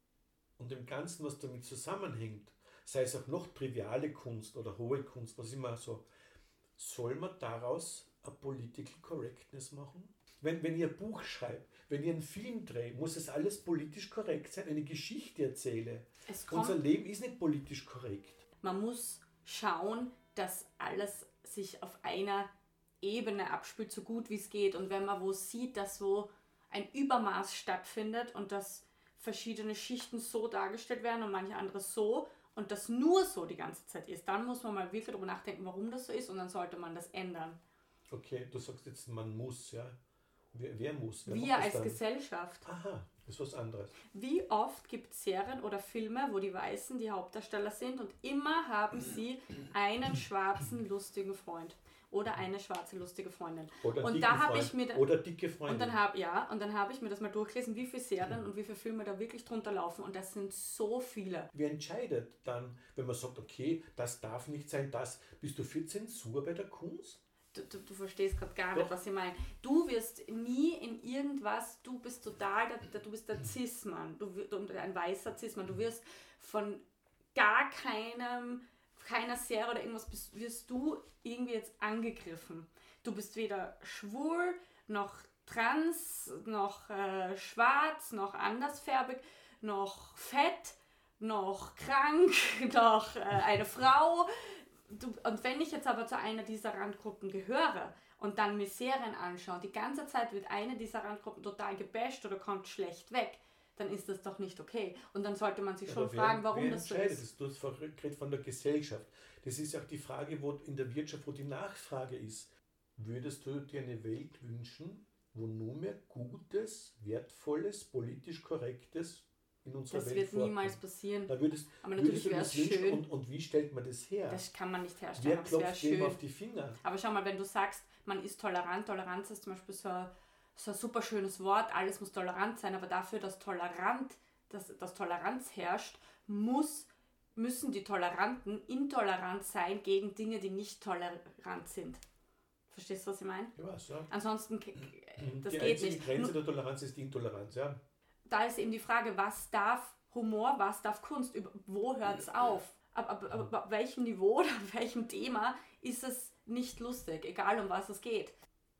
und dem Ganzen, was damit zusammenhängt, sei es auch noch triviale Kunst oder hohe Kunst, was immer so, soll man daraus eine Political Correctness machen? Wenn, wenn ich ein Buch schreibe, wenn ich einen Film drehe, muss es alles politisch korrekt sein, eine Geschichte erzähle. Es kommt, Unser Leben ist nicht politisch korrekt. man muss schauen, dass alles sich auf einer Ebene abspielt, so gut wie es geht. Und wenn man wo sieht, dass so ein Übermaß stattfindet und dass verschiedene Schichten so dargestellt werden und manche andere so und das nur so die ganze Zeit ist, dann muss man mal wirklich darüber nachdenken, warum das so ist, und dann sollte man das ändern. Okay, du sagst jetzt, man muss, ja. Wer, wer muss? Wer Wir macht das als dann? Gesellschaft. Aha, das ist was anderes. Wie oft gibt es Serien oder Filme, wo die Weißen die Hauptdarsteller sind und immer haben sie einen schwarzen, lustigen Freund oder eine schwarze, lustige Freundin. Oder Und dicke da habe Freund- ich mir da- Oder dicke Freunde. Und dann habe ja, und dann habe ich mir das mal durchgelesen, wie viele Serien und wie viele Filme da wirklich drunter laufen, und das sind so viele. Wer entscheidet dann, wenn man sagt, okay, das darf nicht sein, das, bist du für Zensur bei der Kunst? Du, du, du verstehst gerade gar Doch. nicht, was ich meine. Du wirst nie in irgendwas, du bist total, der, der, du bist der Cis-Mann, du, wir- du, ein weißer Cis-Mann, du wirst von gar keinem, keiner Serie oder irgendwas, bist, wirst du irgendwie jetzt angegriffen. Du bist weder schwul, noch trans, noch äh, schwarz, noch andersfärbig, noch fett, noch krank, noch äh, eine Frau. Du, und wenn ich jetzt aber zu einer dieser Randgruppen gehöre und dann mir Serien anschaue, die ganze Zeit wird eine dieser Randgruppen total gebasht oder kommt schlecht weg, dann ist das doch nicht okay. Und dann sollte man sich schon Aber wer- fragen, warum wer das so entscheidet ist. das? Du hast vorhin geredet von der Gesellschaft. Das ist auch die Frage, wo in der Wirtschaft, wo die Nachfrage ist. Würdest du dir eine Welt wünschen, wo nur mehr Gutes, Wertvolles, politisch Korrektes in unserer Das Welt wird vorkommt? niemals passieren. Da würdest, Aber würdest natürlich du wäre das es wünschen schön. und, und wie stellt man das her? Das kann man nicht herstellen, Wer aber es wäre klopft wem schön. auf die Finger? Aber schau mal, wenn du sagst, man ist tolerant, Toleranz ist zum Beispiel so ein, so ein super schönes Wort, alles muss tolerant sein, aber dafür, dass tolerant, dass, dass Toleranz herrscht, muss, müssen die Toleranten intolerant sein gegen Dinge, die nicht tolerant sind. Verstehst du, was ich meine? Ich weiß, ja. Ansonsten, k- das die geht einzige nicht. Grenze Nur, der Toleranz ist die Intoleranz, ja. da ist eben die Frage, was darf Humor, was darf Kunst, über, wo hört es auf? Ab, ab, ab, ab welchem Niveau oder ab welchem Thema ist es nicht lustig, egal um was es geht.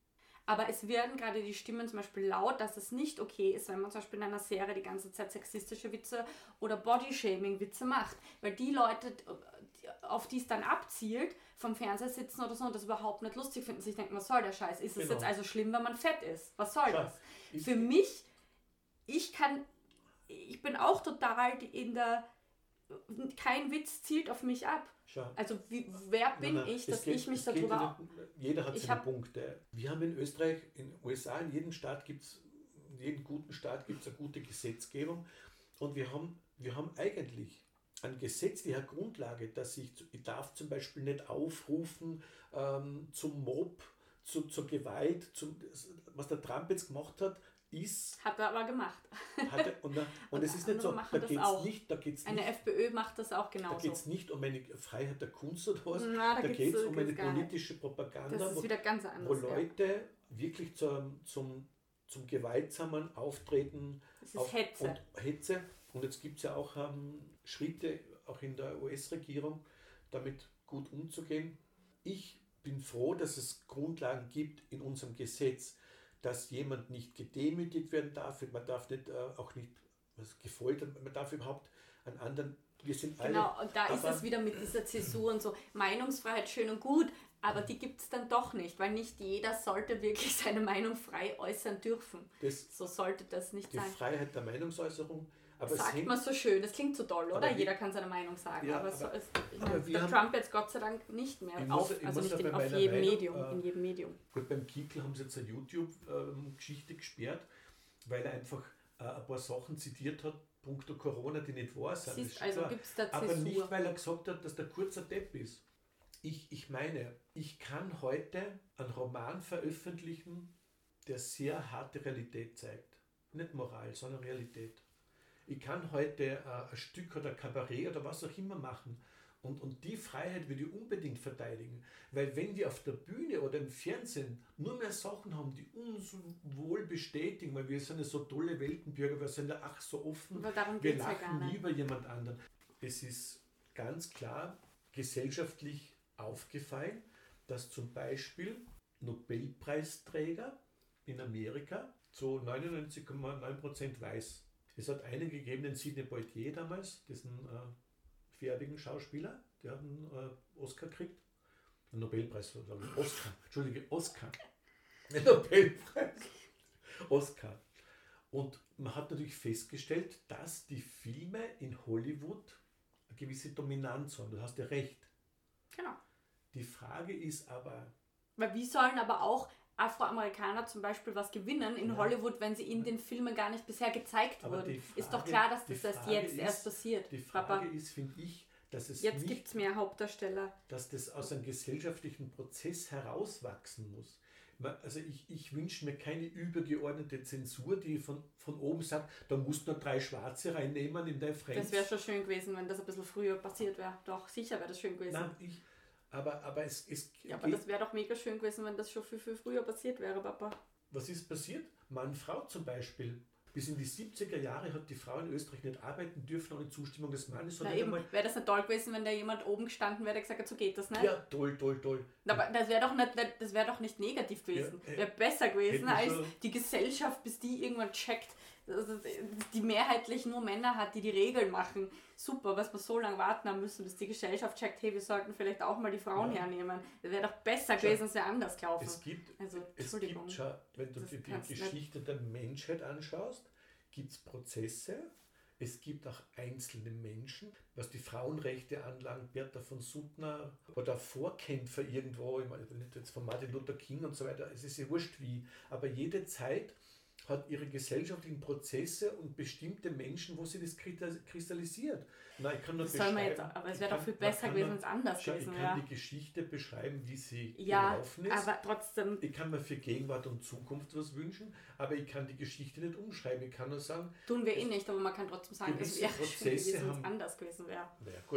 Aber es werden gerade die Stimmen zum Beispiel laut, dass es nicht okay ist, wenn man zum Beispiel in einer Serie die ganze Zeit sexistische Witze oder Bodyshaming-Witze macht. Weil die Leute, auf die es dann abzielt, vom Fernseher sitzen oder so und das überhaupt nicht lustig finden, sich denken, was soll der Scheiß? Ist es Genau. jetzt also schlimm, wenn man fett ist? Was soll Schau, das? ich- Für mich, ich kann, ich bin auch total in der, kein Witz zielt auf mich ab. Schau. Also wie, wer bin Nein, nein, ich, es dass geht- ich mich es geht darüber... ja nicht- Jeder hat Ich seine hab- Punkte. Wir haben in Österreich, in den U S A, in jedem Staat gibt es, in jedem guten Staat gibt es eine gute Gesetzgebung. Und wir haben, wir haben eigentlich eine gesetzliche Grundlage, dass ich, ich darf zum Beispiel nicht aufrufen ähm, zum Mob, zu, zur Gewalt, zum, was der Trump jetzt gemacht hat, ist... Hat er aber gemacht. Hat er, und, und, Und es ist nicht so, andere machen da das geht es auch. nicht, da geht's Eine nicht FPÖ macht das auch da genauso. geht es nicht um eine Freiheit der Kunst oder was, Na, da da geht's- geht es da um eine geht's gar nicht. politische Propaganda, Das ist wo, wieder ganz wo anders. Ja. Leute wirklich zum, zum, zum gewaltsamen Auftreten Das ist auf, Hetze. Und Hetze. Und jetzt gibt es ja auch ähm, Schritte, auch in der U S-Regierung, damit gut umzugehen. Ich bin froh, dass es Grundlagen gibt in unserem Gesetz, dass jemand nicht gedemütigt werden darf, man darf nicht, äh, auch nicht was, gefoltert, man darf überhaupt einen anderen, wir sind alle... Genau, und da ist aber- es wieder mit dieser Zäsur und so. Meinungsfreiheit schön und gut, aber die gibt es dann doch nicht, weil nicht jeder sollte wirklich seine Meinung frei äußern dürfen. Das, So sollte das nicht die sein. Freiheit der Meinungsäußerung, aber es Sagt hängt, man so schön, das klingt so toll, oder? Aber wie- Jeder kann seine Meinung sagen, Ja, aber, so aber- ist, ich aber meine, wir der haben- Trump jetzt Gott sei Dank nicht mehr Ich muss- auf, ich also muss nicht ja in, bei auf meiner jedem Meinung, Medium, äh, in jedem Medium. gut, beim Kickl haben sie jetzt eine YouTube-Geschichte gesperrt, weil er einfach äh, ein paar Sachen zitiert hat, punkto Corona, die nicht wahr sind. Siehst, Das ist also klar. gibt es da Aber nicht, Zäsur. weil er gesagt hat, dass der kurzer Depp ist. Ich, ich meine, ich kann heute einen Roman veröffentlichen, der sehr harte Realität zeigt. Nicht Moral, sondern Realität. Ich kann heute äh, ein Stück oder Kabarett oder was auch immer machen. Und, und die Freiheit würde ich unbedingt verteidigen. Weil wenn wir auf der Bühne oder im Fernsehen nur mehr Sachen haben, die uns wohl bestätigen, weil wir sind ja so tolle Weltenbürger, wir sind ja ach so offen, Aber darum wir geht es ja gar lachen nicht. lieber jemand anderen. Es ist ganz klar gesellschaftlich aufgefallen, dass zum Beispiel Nobelpreisträger in Amerika zu neunundneunzig Komma neun Prozent weiß. Es hat einen gegeben, den Sidney Poitier damals, diesen äh, fertigen Schauspieler, der hat einen äh, Oscar gekriegt. Einen Nobelpreis, glaube ich. Oscar, Entschuldige, Oscar. Nicht Nobelpreis. Oscar. Und man hat natürlich festgestellt, dass die Filme in Hollywood eine gewisse Dominanz haben. Du hast ja recht. Genau. Die Frage ist aber, Weil wie sollen aber auch Afroamerikaner zum Beispiel was gewinnen in Ja. Hollywood, wenn sie in den Filmen gar nicht bisher gezeigt Aber wurden? die Ist doch Frage- klar, dass die das erst Frage jetzt ist- erst passiert. die Papa, Frage ist, finde ich, dass es jetzt nicht, gibt es mehr Hauptdarsteller. dass das aus einem gesellschaftlichen Prozess herauswachsen muss. Man- Also ich, ich wünsche mir keine übergeordnete Zensur, die von, von oben sagt, da musst du nur drei Schwarze reinnehmen in dein Friends. Das wäre schon schön gewesen, wenn das ein bisschen früher passiert wäre. Doch, sicher wäre das schön gewesen. Nein, ich, aber, aber es, es Ja, aber geht, das wäre doch mega schön gewesen, wenn das schon viel, viel früher passiert wäre, Papa. was ist passiert? Mann, Frau zum Beispiel. Bis in die siebziger Jahre hat die Frau in Österreich nicht arbeiten dürfen ohne Zustimmung des Mannes. Na Hat nicht eben, einmal- wäre das nicht toll gewesen, wenn da jemand oben gestanden wäre, der gesagt hat, so geht das nicht? ja, toll, toll, toll. Aber das wäre doch, nicht, das wär doch nicht negativ gewesen. Ja, äh, Wäre besser gewesen, hätten wir als schon- die Gesellschaft, bis die irgendwann checkt, dass es- die mehrheitlich nur Männer hat, die die Regeln machen. Super, was wir so lange warten haben müssen, bis die Gesellschaft checkt, hey, wir sollten vielleicht auch mal die Frauen Ja. hernehmen. Das wäre doch besser Schau, gewesen, es wäre anders gelaufen. Es gibt, Also, es Entschuldigung. gibt schau, wenn du Das dir die kannst du nicht- Geschichte der Menschheit anschaust, gibt es Prozesse, es gibt auch einzelne Menschen, was die Frauenrechte anlangt, Bertha von Suttner oder Vorkämpfer irgendwo, ich meine nicht jetzt von Martin Luther King und so weiter, es ist ja wurscht wie, aber jede Zeit hat ihre gesellschaftlichen Prozesse und bestimmte Menschen, wo sie das kristallisiert. Na, ich kann nur Das soll man jetzt, beschreiben- aber es ich wäre doch kann- viel man besser kann gewesen, nur- wenn es anders Schau, gewesen ich kann wäre. die Geschichte beschreiben, wie sie Ja, gelaufen ist. aber trotzdem, Ich kann mir für Gegenwart und Zukunft was wünschen, aber ich kann die Geschichte nicht umschreiben. Ich kann nur sagen, tun wir eh nicht, aber man kann trotzdem sagen, es gewisse wäre schön Prozesse gewesen, wenn es haben- anders gewesen wäre. naja gut,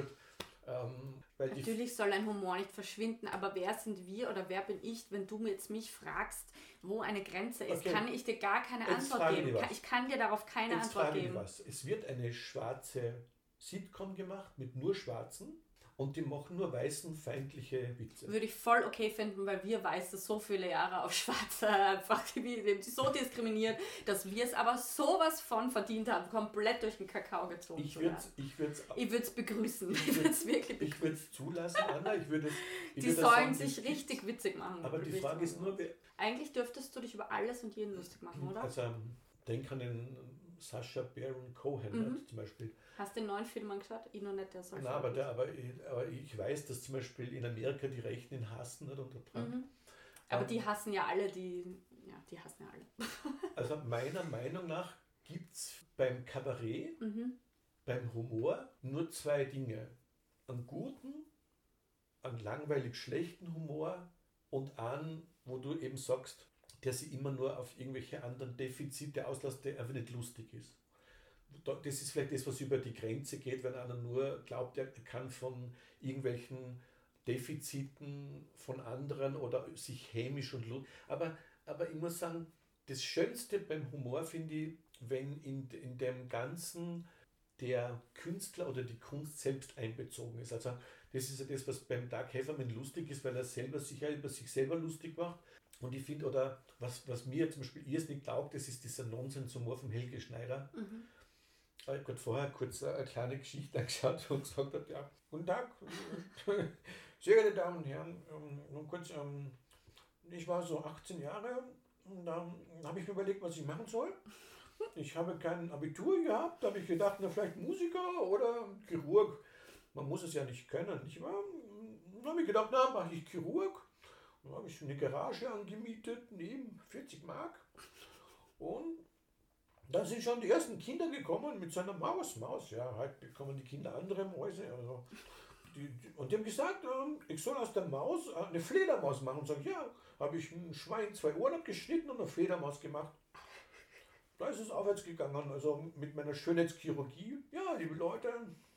ähm, weil die, Natürlich soll ein Humor nicht verschwinden, aber wer sind wir oder wer bin ich, wenn du jetzt mich fragst, wo eine Grenze ist, Okay. kann ich dir gar keine Jetzt Antwort frage ich geben. was. Kann- Ich kann dir darauf keine jetzt Antwort frage ich geben. was. Es wird eine schwarze Sitcom gemacht mit nur Schwarzen und die machen nur weißen feindliche Witze. Würde ich voll okay finden, weil wir Weiße so viele Jahre auf Schwarze einfach die so diskriminiert, dass wir es aber sowas von verdient haben, komplett durch den Kakao gezogen Ich zu würde werden. es ich würd's, Ich würde es begrüßen. Ich würde es wirklich ich würd's zulassen, Anna. Ich würde es, ich Die würde sollen sagen, sich ich- richtig witzig machen. Aber die Richtig Frage ist machen. nur, wer, Eigentlich dürftest du dich über alles und jeden lustig machen, oder? also denk an den Sacha Baron Cohen Mhm. ne, zum Beispiel. Hast du den neuen Film angeschaut? Ich noch nicht, der soll Nein, aber, der, aber, ich, aber ich weiß, dass zum Beispiel in Amerika die Rechten ihn hassen nicht, unter Trump. Mhm. Aber Ähm, die hassen ja alle, die. Ja, die hassen ja alle. Also meiner Meinung nach gibt es beim Kabarett, Mhm. beim Humor nur zwei Dinge. Einen guten, einen langweilig schlechten Humor und einen, wo du eben sagst, der sich immer nur auf irgendwelche anderen Defizite auslässt, der einfach nicht lustig ist. Da- Das ist vielleicht das, was über die Grenze geht, wenn einer nur glaubt, er kann von irgendwelchen Defiziten von anderen oder sich hämisch und lustig. Aber, aber ich muss sagen, das Schönste beim Humor finde ich, wenn in, in dem Ganzen der Künstler oder die Kunst selbst einbezogen ist. Also das ist ja das, was beim Doug Hefferman lustig ist, weil er selber sich ja über sich selber lustig macht. Und ich finde, oder was, was mir zum Beispiel irrsinnig taugt, das ist dieser Nonsenshumor vom Helge Schneider. Mhm. Ich habe gerade vorher kurz eine kleine Geschichte angeschaut und gesagt hat, ja, guten Tag, sehr geehrte Damen und Herren, ähm, nur kurz, ähm, ich war so achtzehn Jahre und dann habe ich mir überlegt, was ich machen soll. Ich habe kein Abitur gehabt, da habe ich gedacht, na vielleicht Musiker oder Chirurg. Man muss es ja nicht können. Ich war, dann habe ich gedacht, na mache ich Chirurg. Dann habe ich eine Garage angemietet, neben vierzig Mark. Und da sind schon die ersten Kinder gekommen mit so einer Maus. Maus, ja, halt bekommen die Kinder andere Mäuse. Also die, die, und die haben gesagt, ähm, ich soll aus der Maus äh, eine Fledermaus machen. Und sage ich, ja, habe ich ein Schwein zwei Ohren abgeschnitten und eine Fledermaus gemacht. Da ist es aufwärts gegangen. Also mit meiner Schönheitschirurgie. Ja, liebe Leute.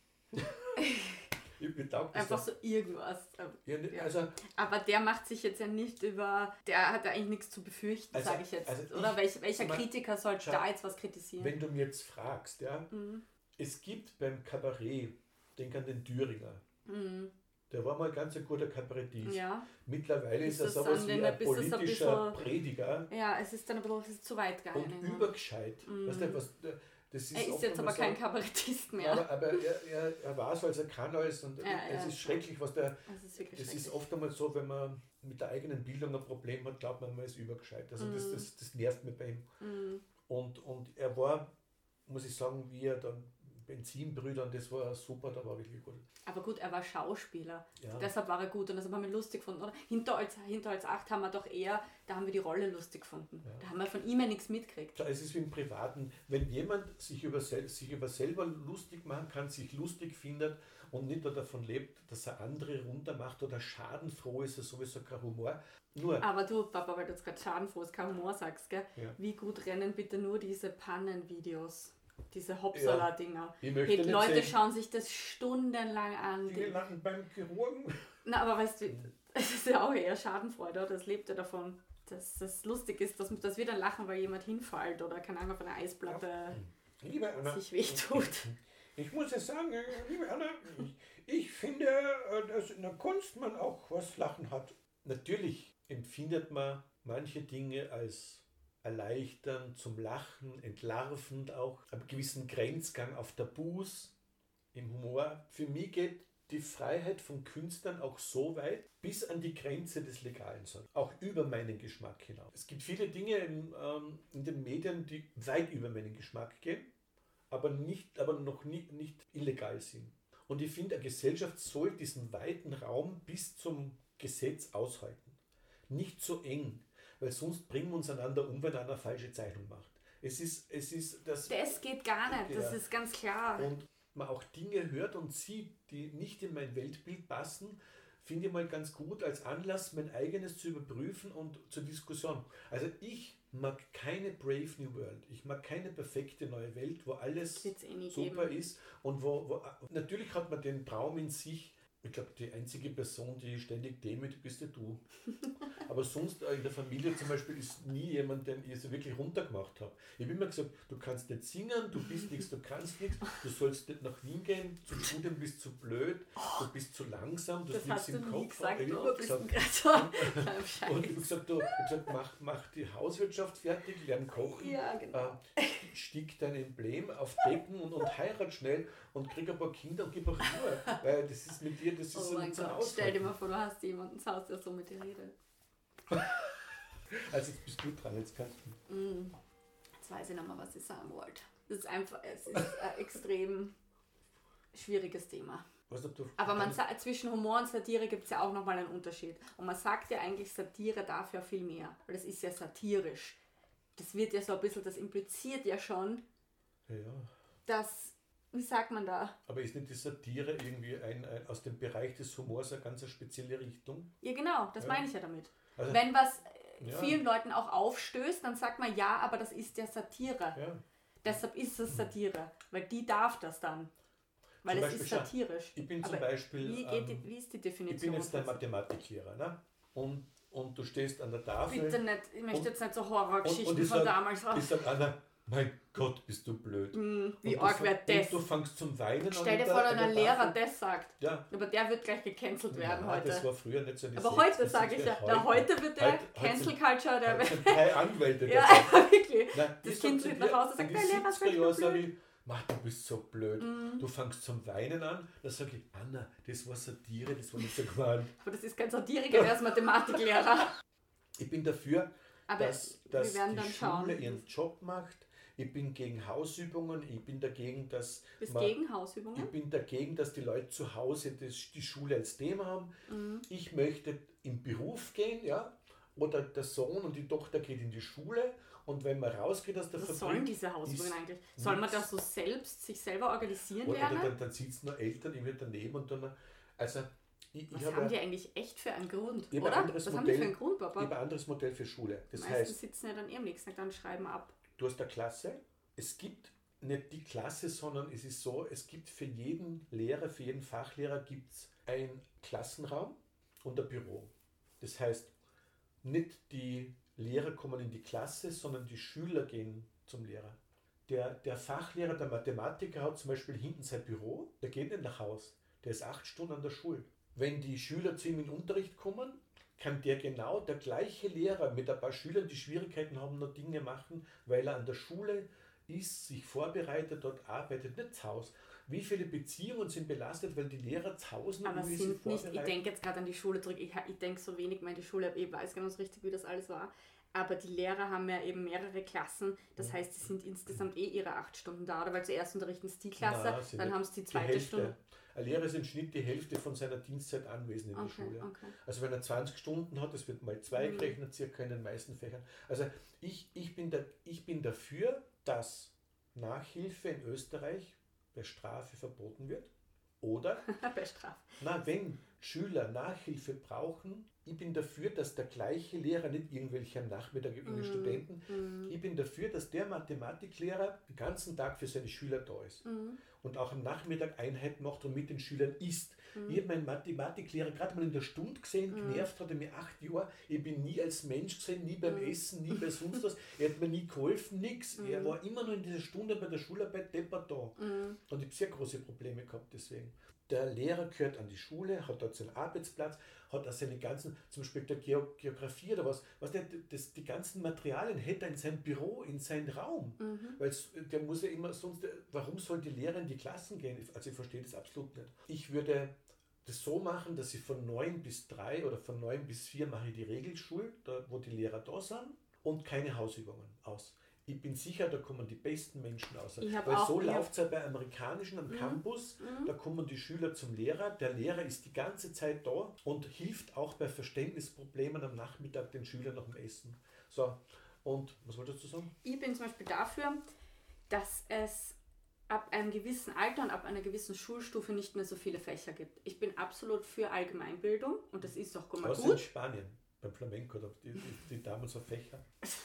ich betaugt das Einfach doch. so irgendwas. Ja, ne, Ja. also, Aber der macht sich jetzt ja nicht über. Der hat da eigentlich nichts zu befürchten, Also- sage ich jetzt. also Oder ich- Welch, welcher mal, Kritiker sollte schau, da jetzt was kritisieren? wenn du mir jetzt fragst, ja, Mhm. es gibt beim Kabarett, denk an den Thüringer. Mhm. Der war mal ein ganz ein guter Kabarettist. Ja. Mittlerweile ist, Ist er das sowas dann wie denn ein ein bisschen so ein politischer bisschen- Prediger ja, es ist dann ein bisschen es ist zu weit gegangen. und ne? übergescheit. Mhm. Weißt du, was, das ist Er ist oft jetzt einmal aber kein so, Kabarettist mehr. aber, aber er, er, er weiß, weil er kann alles und Ja, es ja, ist schrecklich, was der. Das ist wirklich Das schrecklich. ist oft einmal so, wenn man mit der eigenen Bildung ein Problem hat, glaubt man, man ist übergescheit. Also das, Mhm. das, das nervt mir bei ihm. Mhm. Und, und er war, muss ich sagen, wie er dann Benzinbrüdern, das war super, da war wirklich gut. Aber gut, er war Schauspieler. Ja. Deshalb war er gut und deshalb haben wir ihn lustig gefunden. Oder Hinterholz, Hinterholz acht haben wir doch eher, da haben wir die Rolle lustig gefunden. Ja. Da haben wir von ihm ja nichts mitgekriegt. Schau, es ist wie im Privaten, wenn jemand sich über, sel sich über selber lustig machen kann, sich lustig findet und nicht nur davon lebt, dass er andere runtermacht oder schadenfroh ist, ist sowieso kein Humor. Nur, Aber du, Papa, weil du jetzt gerade schadenfrohes kein Humor sagst, gell? Ja. Wie gut rennen bitte nur diese Pannenvideos, diese Hopsala-Dinger. ich möchte Hey, nicht Leute sehen, schauen sich das stundenlang an. die Die, landen beim Chirurgen. na, aber weißt du, es ist ja auch eher Schadenfreude, oder? Das lebt ja davon, dass es lustig ist, dass, dass wir dann lachen, weil jemand hinfällt oder keine Ahnung, auf einer Eisplatte Liebe Anna, sich wehtut. ich muss es sagen, äh, liebe Anna, ich, ich finde, äh, dass in der Kunst man auch was Lachen hat. Natürlich empfindet man manche Dinge als erleichternd, zum Lachen, entlarvend auch, einen gewissen Grenzgang auf Tabus im Humor. Für mich geht die Freiheit von Künstlern auch so weit, bis an die Grenze des Legalen, sind, auch über meinen Geschmack hinaus. Es gibt viele Dinge in, ähm, in den Medien, die weit über meinen Geschmack gehen, aber, nicht, aber noch nie, nicht illegal sind. Und ich finde, eine Gesellschaft soll diesen weiten Raum bis zum Gesetz aushalten. Nicht so eng, weil sonst bringen wir uns einander um, wenn einer eine falsche Zeichnung macht. Es ist, es ist das, Das geht gar nicht, das Ja. ist ganz klar. und man auch Dinge hört und sieht, die nicht in mein Weltbild passen, finde ich mal ganz gut als Anlass, mein eigenes zu überprüfen und zur Diskussion. Also ich mag keine Brave New World. Ich mag keine perfekte neue Welt, wo alles Wird's eh nie super geben. ist und wo, wo natürlich hat man den Traum in sich, Ich glaube, die einzige Person, die ständig demütig, bist ja du. Aber sonst in der Familie zum Beispiel ist nie jemand, den ich so wirklich runtergemacht habe. Ich habe immer gesagt, du kannst nicht singen, du bist nichts, du kannst nichts, du sollst nicht nach Wien gehen, zum Studium bist du zu blöd, du bist zu langsam, du das hast nichts im Kopf. Gesagt, ich du habe bist gesagt, so und, und ich habe gesagt, du, ich hab gesagt mach, mach die Hauswirtschaft fertig, lern kochen, ja, genau. äh, stick dein Emblem auf Decken und, und heirat schnell und krieg ein paar Kinder und gib auch Ruhe, weil das ist mit dir, das ist Oh so mein nicht zum Gott, Aushalten. stell dir mal vor, du hast jemanden zu Hause, der so mit dir redet. Also jetzt bist du dran, jetzt kannst du. Mm, jetzt weiß ich nochmal, was ich sagen wollte. Das ist einfach, es ist ein extrem schwieriges Thema. Was, ob du Aber man sagt, zwischen Humor und Satire gibt es ja auch nochmal einen Unterschied. Und man sagt ja eigentlich, Satire darf ja viel mehr, weil das ist ja satirisch. Das wird ja so ein bisschen, das impliziert ja schon, ja, ja. dass, wie sagt man da? Aber ist nicht die Satire irgendwie ein, ein, aus dem Bereich des Humors eine ganz spezielle Richtung? Ja genau, das Ja. meine ich ja damit. Also, Wenn was äh, ja. vielen Leuten auch aufstößt, dann sagt man ja, aber das ist ja Satire. Ja. Deshalb ist es Satire, weil die darf das dann. Weil Zum es Beispiel, ist satirisch. Ich bin aber zum Beispiel, wie, geht die, ähm, wie ist die ich Definition? bin jetzt ein Mathematiklehrer, ne? und, und du stehst an der Tafel. Bitte nicht, ich möchte und, jetzt nicht so Horrorgeschichten und, und ich von sag, damals haben. Ich sage Anna, mein Gott, bist du blöd. Mm, wie und arg du, wird das? Und du fängst zum Weinen Stell dir an. vor, der- wenn an ein der Lehrer Tafel. das sagt. Ja. Aber der wird gleich gecancelt werden Ja, heute. das war früher nicht so eine Aber Sekte, heute das sage ist ich ja, heute. na, heute wird der Heute- heute Cancel sind- Culture, der Heute sind drei Anwälte ja, dabei. wirklich. Nein, Das ich Kind sag zu tritt nach dir, Hause und sagt, in der die Lehrer ist siebziger Jahren wirklich sag blöd. ich, Mach, du bist so blöd. Mm. Du fängst zum Weinen an. Dann sage ich, Anna, das war Satire, das war nicht so gemeint. Aber das ist kein Satiriker, der ist Mathematiklehrer. Ich bin dafür, Aber dass, dass wir werden die dann Schule schauen. ihren Job macht. Ich bin gegen Hausübungen. Ich bin dagegen, dass Bist man, gegen ich Hausübungen? bin dagegen, dass die Leute zu Hause das, die Schule als Thema haben. Mhm. Ich möchte in Beruf gehen, ja. Oder der Sohn und die Tochter geht in die Schule. Und wenn man rausgeht aus der Was Fabrik, sollen diese Hausübungen ist eigentlich? Soll man nichts. das so selbst, sich selber organisieren oder, lernen? oder dann, dann sitzen nur Eltern irgendwie daneben und dann, also ich, Was ich haben habe die eigentlich echt für einen Grund, Ich hab ein oder? anderes Was haben die Modell. für einen Grund, ich habe Papa? ein anderes Modell für Schule. Das Die meisten heißt, sitzen ja dann eh am nächsten Tag dann schreiben ab. du hast eine Klasse, es gibt nicht die Klasse, sondern es ist so, es gibt für jeden Lehrer, für jeden Fachlehrer gibt es einen Klassenraum und ein Büro. Das heißt, nicht die Lehrer kommen in die Klasse, sondern die Schüler gehen zum Lehrer. Der, der Fachlehrer, der Mathematiker hat zum Beispiel hinten sein Büro, der geht nicht nach Haus, der ist acht Stunden an der Schule. Wenn die Schüler zu ihm in den Unterricht kommen, kann der genau, der gleiche Lehrer mit ein paar Schülern, die Schwierigkeiten haben, noch Dinge machen, weil er an der Schule ist, sich vorbereitet, dort arbeitet, nicht zu Hause. Wie viele Beziehungen sind belastet, weil die Lehrer zu Hause Aber irgendwie sind sich nicht, ich vorbereiten? denke jetzt gerade an die Schule zurück, ich, ich denke so wenig mehr an die Schule, ich weiß ganz richtig, wie das alles war. Aber die Lehrer haben ja eben mehrere Klassen, das Ja. heißt, sie sind insgesamt eh ihre acht Stunden da, oder weil zuerst unterrichten sie die Klasse, Nein, sie dann nicht. haben sie die Die zweite Hälfte. Stunde. Ein Lehrer ist im Schnitt die Hälfte von seiner Dienstzeit anwesend in der Okay, Schule. okay. Also wenn er zwanzig Stunden hat, das wird mal zwei Mhm. gerechnet, circa in den meisten Fächern. Also ich, ich, bin, da, ich bin dafür, dass Nachhilfe in Österreich bei Strafe verboten wird. Oder, Bei Strafe. na, wenn Schüler Nachhilfe brauchen, ich bin dafür, dass der gleiche Lehrer, nicht irgendwelche am Nachmittag irgendwelche Mhm. Studenten, Mhm. ich bin dafür, dass der Mathematiklehrer den ganzen Tag für seine Schüler da ist Mhm. und auch am Nachmittag Einheit macht und mit den Schülern isst. Mhm. Ich habe meinen Mathematiklehrer gerade mal in der Stunde gesehen, Mhm. genervt hat er mir acht Jahre. Ich bin nie als Mensch gesehen, nie beim Mhm. Essen, nie bei sonst was. Er hat mir nie geholfen, nichts. Mhm. Er war immer nur in dieser Stunde bei der Schularbeit deppert da. Mhm. Und ich habe sehr große Probleme gehabt deswegen. Der Lehrer gehört an die Schule, hat dort seinen Arbeitsplatz, hat auch seine ganzen, zum Beispiel der Geo- Geografie oder was, was der, das, die ganzen Materialien hätte er in seinem Büro, in seinem Raum. Mhm. Weil der muss ja immer sonst, warum soll die Lehrer in die Klassen gehen? Also ich verstehe das absolut nicht. Ich würde das so machen, dass ich von neun bis drei oder von neun bis vier mache ich die Regelschule, da, wo die Lehrer da sind und keine Hausübungen aus. Ich bin sicher, da kommen die besten Menschen aus. Ich hab Weil auch- so ich hab- läuft es ja bei amerikanischen am Mhm. Campus, Mhm. da kommen die Schüler zum Lehrer, der Lehrer ist die ganze Zeit da und hilft auch bei Verständnisproblemen am Nachmittag den Schülern nach dem Essen. So, und was wolltest du sagen? Ich bin zum Beispiel dafür, dass es ab einem gewissen Alter und ab einer gewissen Schulstufe nicht mehr so viele Fächer gibt. Ich bin absolut für Allgemeinbildung und das ist auch mal Außer in gut. Spanien, beim Flamenco, da die, die, die damals so Fächer.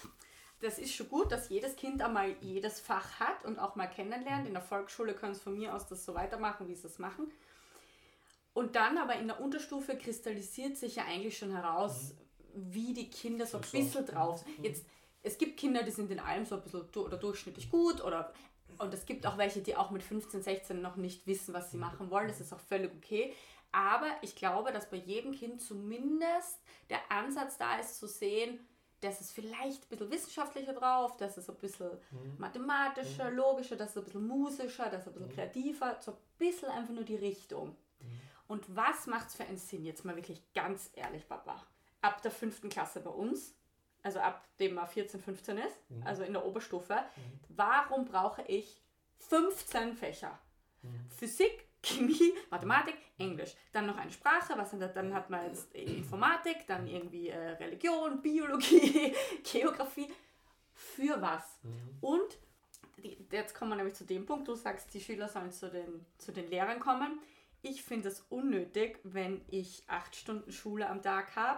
Das ist schon gut, dass jedes Kind einmal jedes Fach hat und auch mal kennenlernt. In der Volksschule können sie von mir aus das so weitermachen, wie sie es machen. Und dann aber in der Unterstufe kristallisiert sich ja eigentlich schon heraus, mhm. wie die Kinder so ein bisschen drauf sind. Mhm. Jetzt, es gibt Kinder, die sind in allem so ein bisschen du- oder durchschnittlich gut oder und es gibt auch welche, die auch mit fünfzehn, sechzehn noch nicht wissen, was sie machen wollen. Das ist auch völlig okay. Aber ich glaube, dass bei jedem Kind zumindest der Ansatz da ist, zu sehen, das ist vielleicht ein bisschen wissenschaftlicher drauf, das ist ein bisschen mhm. mathematischer, mhm. logischer, das ist ein bisschen musischer, das ist ein bisschen mhm. kreativer, so ein bisschen einfach nur die Richtung. Mhm. Und was macht es für einen Sinn? Jetzt mal wirklich ganz ehrlich, Papa. Ab der fünften Klasse bei uns, also ab dem man vierzehn, fünfzehn ist, mhm. also in der Oberstufe, mhm. warum brauche ich fünfzehn Fächer? Mhm. Physik, Chemie, Mathematik, Englisch. Dann noch eine Sprache, was dann, dann hat man jetzt Informatik, dann irgendwie äh, Religion, Biologie, Geografie. Für was? Mhm. Und die, jetzt kommen wir nämlich zu dem Punkt, du sagst, die Schüler sollen zu den, zu den Lehrern kommen. Ich finde es unnötig, wenn ich acht Stunden Schule am Tag habe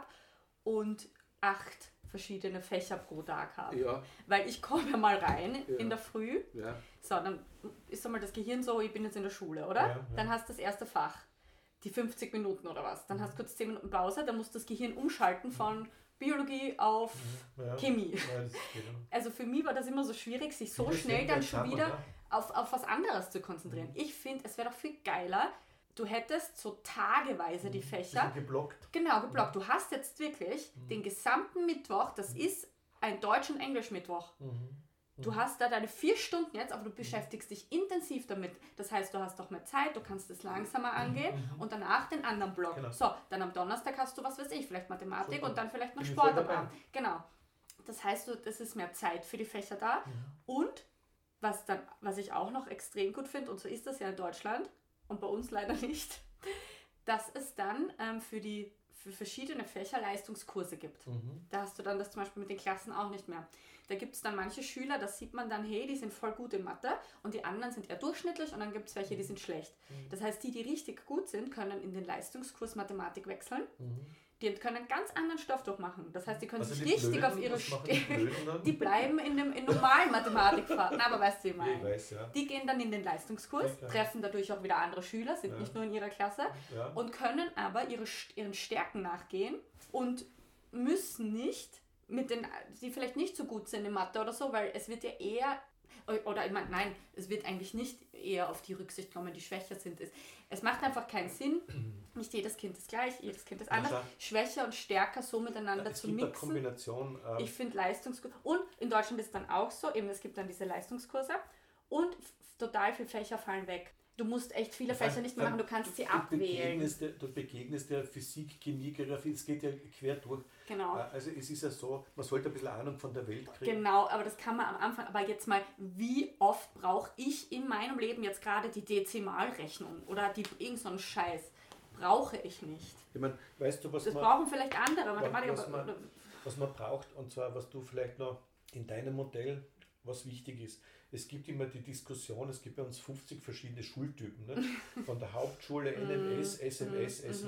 und acht verschiedene Fächer pro Tag habe. Ja. Weil ich komme ja mal rein ja. in der Früh. Ja. So, dann ist einmal das Gehirn so, ich bin jetzt in der Schule, oder? Ja, ja. Dann hast du das erste Fach, die fünfzig Minuten oder was. Dann mhm. hast du kurz zehn Minuten Pause, dann musst du das Gehirn umschalten von Biologie auf ja. Chemie. Ja, das, genau. Also für mich war das immer so schwierig, sich so schnell dann schon wieder ja. auf, auf was anderes zu konzentrieren. Mhm. Ich finde, es wäre doch viel geiler, du hättest so tageweise die Fächer. Geblockt. Genau, geblockt. Du hast jetzt wirklich mhm. den gesamten Mittwoch, das mhm. ist ein Deutsch- und Englisch-Mittwoch. Mhm. Du hast da deine vier Stunden jetzt, aber du beschäftigst dich intensiv damit. Das heißt, du hast doch mehr Zeit, du kannst es langsamer angehen mhm. und danach den anderen Block. Genau. So, dann am Donnerstag hast du, was weiß ich, vielleicht Mathematik Super. Und dann vielleicht noch Sport am Abend. Genau. Das heißt, es ist mehr Zeit für die Fächer da. Mhm. Und was, dann, was ich auch noch extrem gut finde, und so ist das ja in Deutschland, und bei uns leider nicht, dass es dann ähm, für die für verschiedene Fächer Leistungskurse gibt. Mhm. Da hast du dann das zum Beispiel mit den Klassen auch nicht mehr. Da gibt es dann manche Schüler, da sieht man dann, hey, die sind voll gut in Mathe und die anderen sind eher durchschnittlich und dann gibt es welche, die sind schlecht. Mhm. Das heißt, die, die richtig gut sind, können in den Leistungskurs Mathematik wechseln. Mhm. Die können einen ganz anderen Stoff durchmachen. Das heißt, die können also sich die richtig Blöden, auf ihre Stelle. Die, die bleiben in dem in normalen Mathematikfahrten. Aber weißt du, wie ich meine? Ich weiß, ja. Die gehen dann in den Leistungskurs, okay. treffen dadurch auch wieder andere Schüler, sind ja. nicht nur in ihrer Klasse ja. und können aber ihre, ihren Stärken nachgehen und müssen nicht mit den, die vielleicht nicht so gut sind in Mathe oder so, weil es wird ja eher, oder ich meine, nein, es wird eigentlich nicht eher auf die Rücksicht kommen, die schwächer sind. Es, es macht einfach keinen Sinn, nicht jedes Kind ist gleich, jedes Kind ist anders, schwächer und stärker so miteinander zu mixen. Kombination, ähm ich finde Leistungskurse, und in Deutschland ist es dann auch so, eben es gibt dann diese Leistungskurse und f- total viele Fächer fallen weg. Du musst echt viele Fächer dann, nicht mehr machen, du kannst sie du abwählen. Begegnest der, du begegnest der Physik, Chemie, Geografie, es geht ja quer durch. Genau. Also es ist ja so, man sollte ein bisschen Ahnung von der Welt kriegen. Genau, aber das kann man am Anfang, aber jetzt mal, wie oft brauche ich in meinem Leben jetzt gerade die Dezimalrechnung oder die irgend so einen Scheiß? Brauche ich nicht. Ich meine, weißt du, was das man... Das brauchen vielleicht andere Mathematiker. Was man, was man braucht, und zwar, was du vielleicht noch in deinem Modell, was wichtig ist. Es gibt immer die Diskussion, es gibt bei uns fünfzig verschiedene Schultypen. Ne? Von der Hauptschule, N M S, S M S, S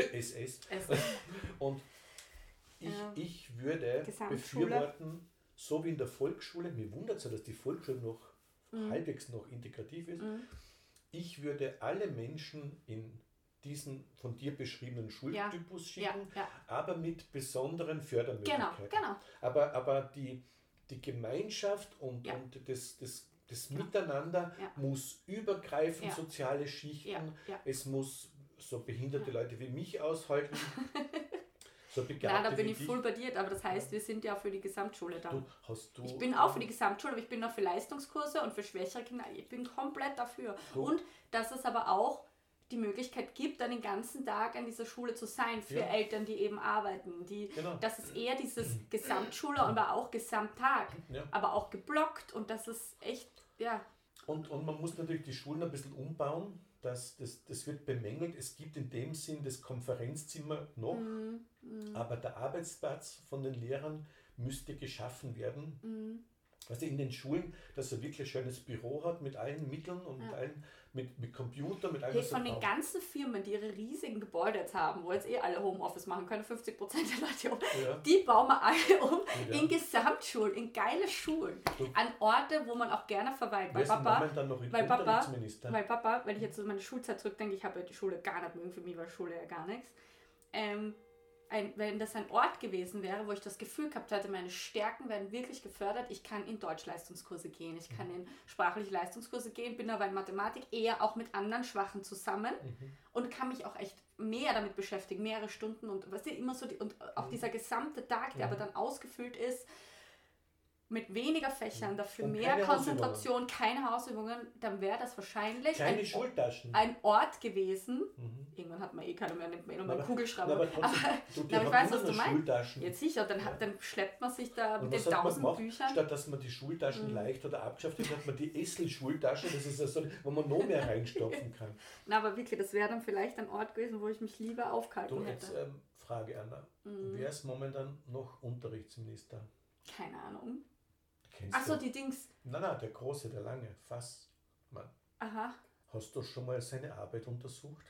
S. Und ich, ich würde befürworten, so wie in der Volksschule, mir wundert es ja, dass die Volksschule noch mhm. halbwegs noch integrativ ist, mhm. ich würde alle Menschen in diesen von dir beschriebenen Schultypus ja. schicken, ja, ja. aber mit besonderen Fördermöglichkeiten. Genau, genau. Aber, aber die Die Gemeinschaft und, ja. und das, das, das genau. Miteinander ja. muss übergreifen, ja. soziale Schichten. Ja. Ja. Es muss so behinderte ja. Leute wie mich aushalten. So Nein, da bin ich voll bei dir, aber das heißt, wir sind ja auch für die Gesamtschule da. Du, hast du, ich bin auch für die Gesamtschule, aber ich bin auch für Leistungskurse und für schwächere Kinder. Ich bin komplett dafür. Du. Und dass es aber auch die Möglichkeit gibt, dann den ganzen Tag an dieser Schule zu sein, für ja. Eltern, die eben arbeiten. Die, genau. Das ist eher dieses Gesamtschule, aber auch Gesamttag, ja. aber auch geblockt, und das ist echt, ja. Und, und man muss natürlich die Schulen ein bisschen umbauen, das, das, das wird bemängelt. Es gibt in dem Sinn das Konferenzzimmer noch, mm, mm. aber der Arbeitsplatz von den Lehrern müsste geschaffen werden. Mm. Also in den Schulen, dass er wirklich ein schönes Büro hat mit allen Mitteln und ja. allen, mit, mit Computer, mit allem, Hey, was von er den braucht. ganzen Firmen, die ihre riesigen Gebäude jetzt haben, wo jetzt eh alle Homeoffice machen können, fünfzig Prozent der Leute um, Ja. die bauen wir alle um Ja. in Gesamtschulen, in geile Schulen, Du- an Orte, wo man auch gerne verweilt. Wer Weil ist denn Papa, momentan noch in weil Papa, Unterrichtsminister? weil Papa, wenn ich jetzt an meine Schulzeit zurückdenke, ich habe ja die Schule gar nicht mögen, für mich war Schule ja gar nichts. Ähm, ein, wenn das ein Ort gewesen wäre, wo ich das Gefühl gehabt hätte, meine Stärken werden wirklich gefördert, ich kann in Deutsch-Leistungskurse gehen, ich kann in sprachliche Leistungskurse gehen, bin aber in Mathematik eher auch mit anderen Schwachen zusammen Mhm. und kann mich auch echt mehr damit beschäftigen, mehrere Stunden und was immer so die, und auch Mhm. dieser gesamte Tag, der Mhm. aber dann ausgefüllt ist mit weniger Fächern, dafür Und mehr keine Konzentration, keine Hausübungen, dann wäre das wahrscheinlich Keine ein, Schultaschen. ein Ort gewesen. Mhm. Irgendwann hat man eh keine mehr, nimmt man eh noch Na, mal einen aber- Kugelschreiber. Na, aber trotzdem, Aber- du, die na, aber ich haben weiß, immer was du noch meinst. Schultaschen. Jetzt sicher, dann, Ja. hat, dann schleppt man sich da Und mit was den hat man tausend gemacht? Büchern. Statt dass man die Schultaschen Mhm. leicht oder abgeschafft hat, hat man die Essel-Schultaschen, das ist ja so, wo man noch mehr reinstopfen kann. Na, aber wirklich, das wäre dann vielleicht ein Ort gewesen, wo ich mich lieber aufgehalten Du, jetzt hätte. ähm, Frage, Anna. Mhm. Wer ist momentan noch Unterrichtsminister? Keine Ahnung. Kennst Achso, du? die Dings. Nein, nein, der große, der lange, Fass. Mann. Aha. Hast du schon mal seine Arbeit untersucht?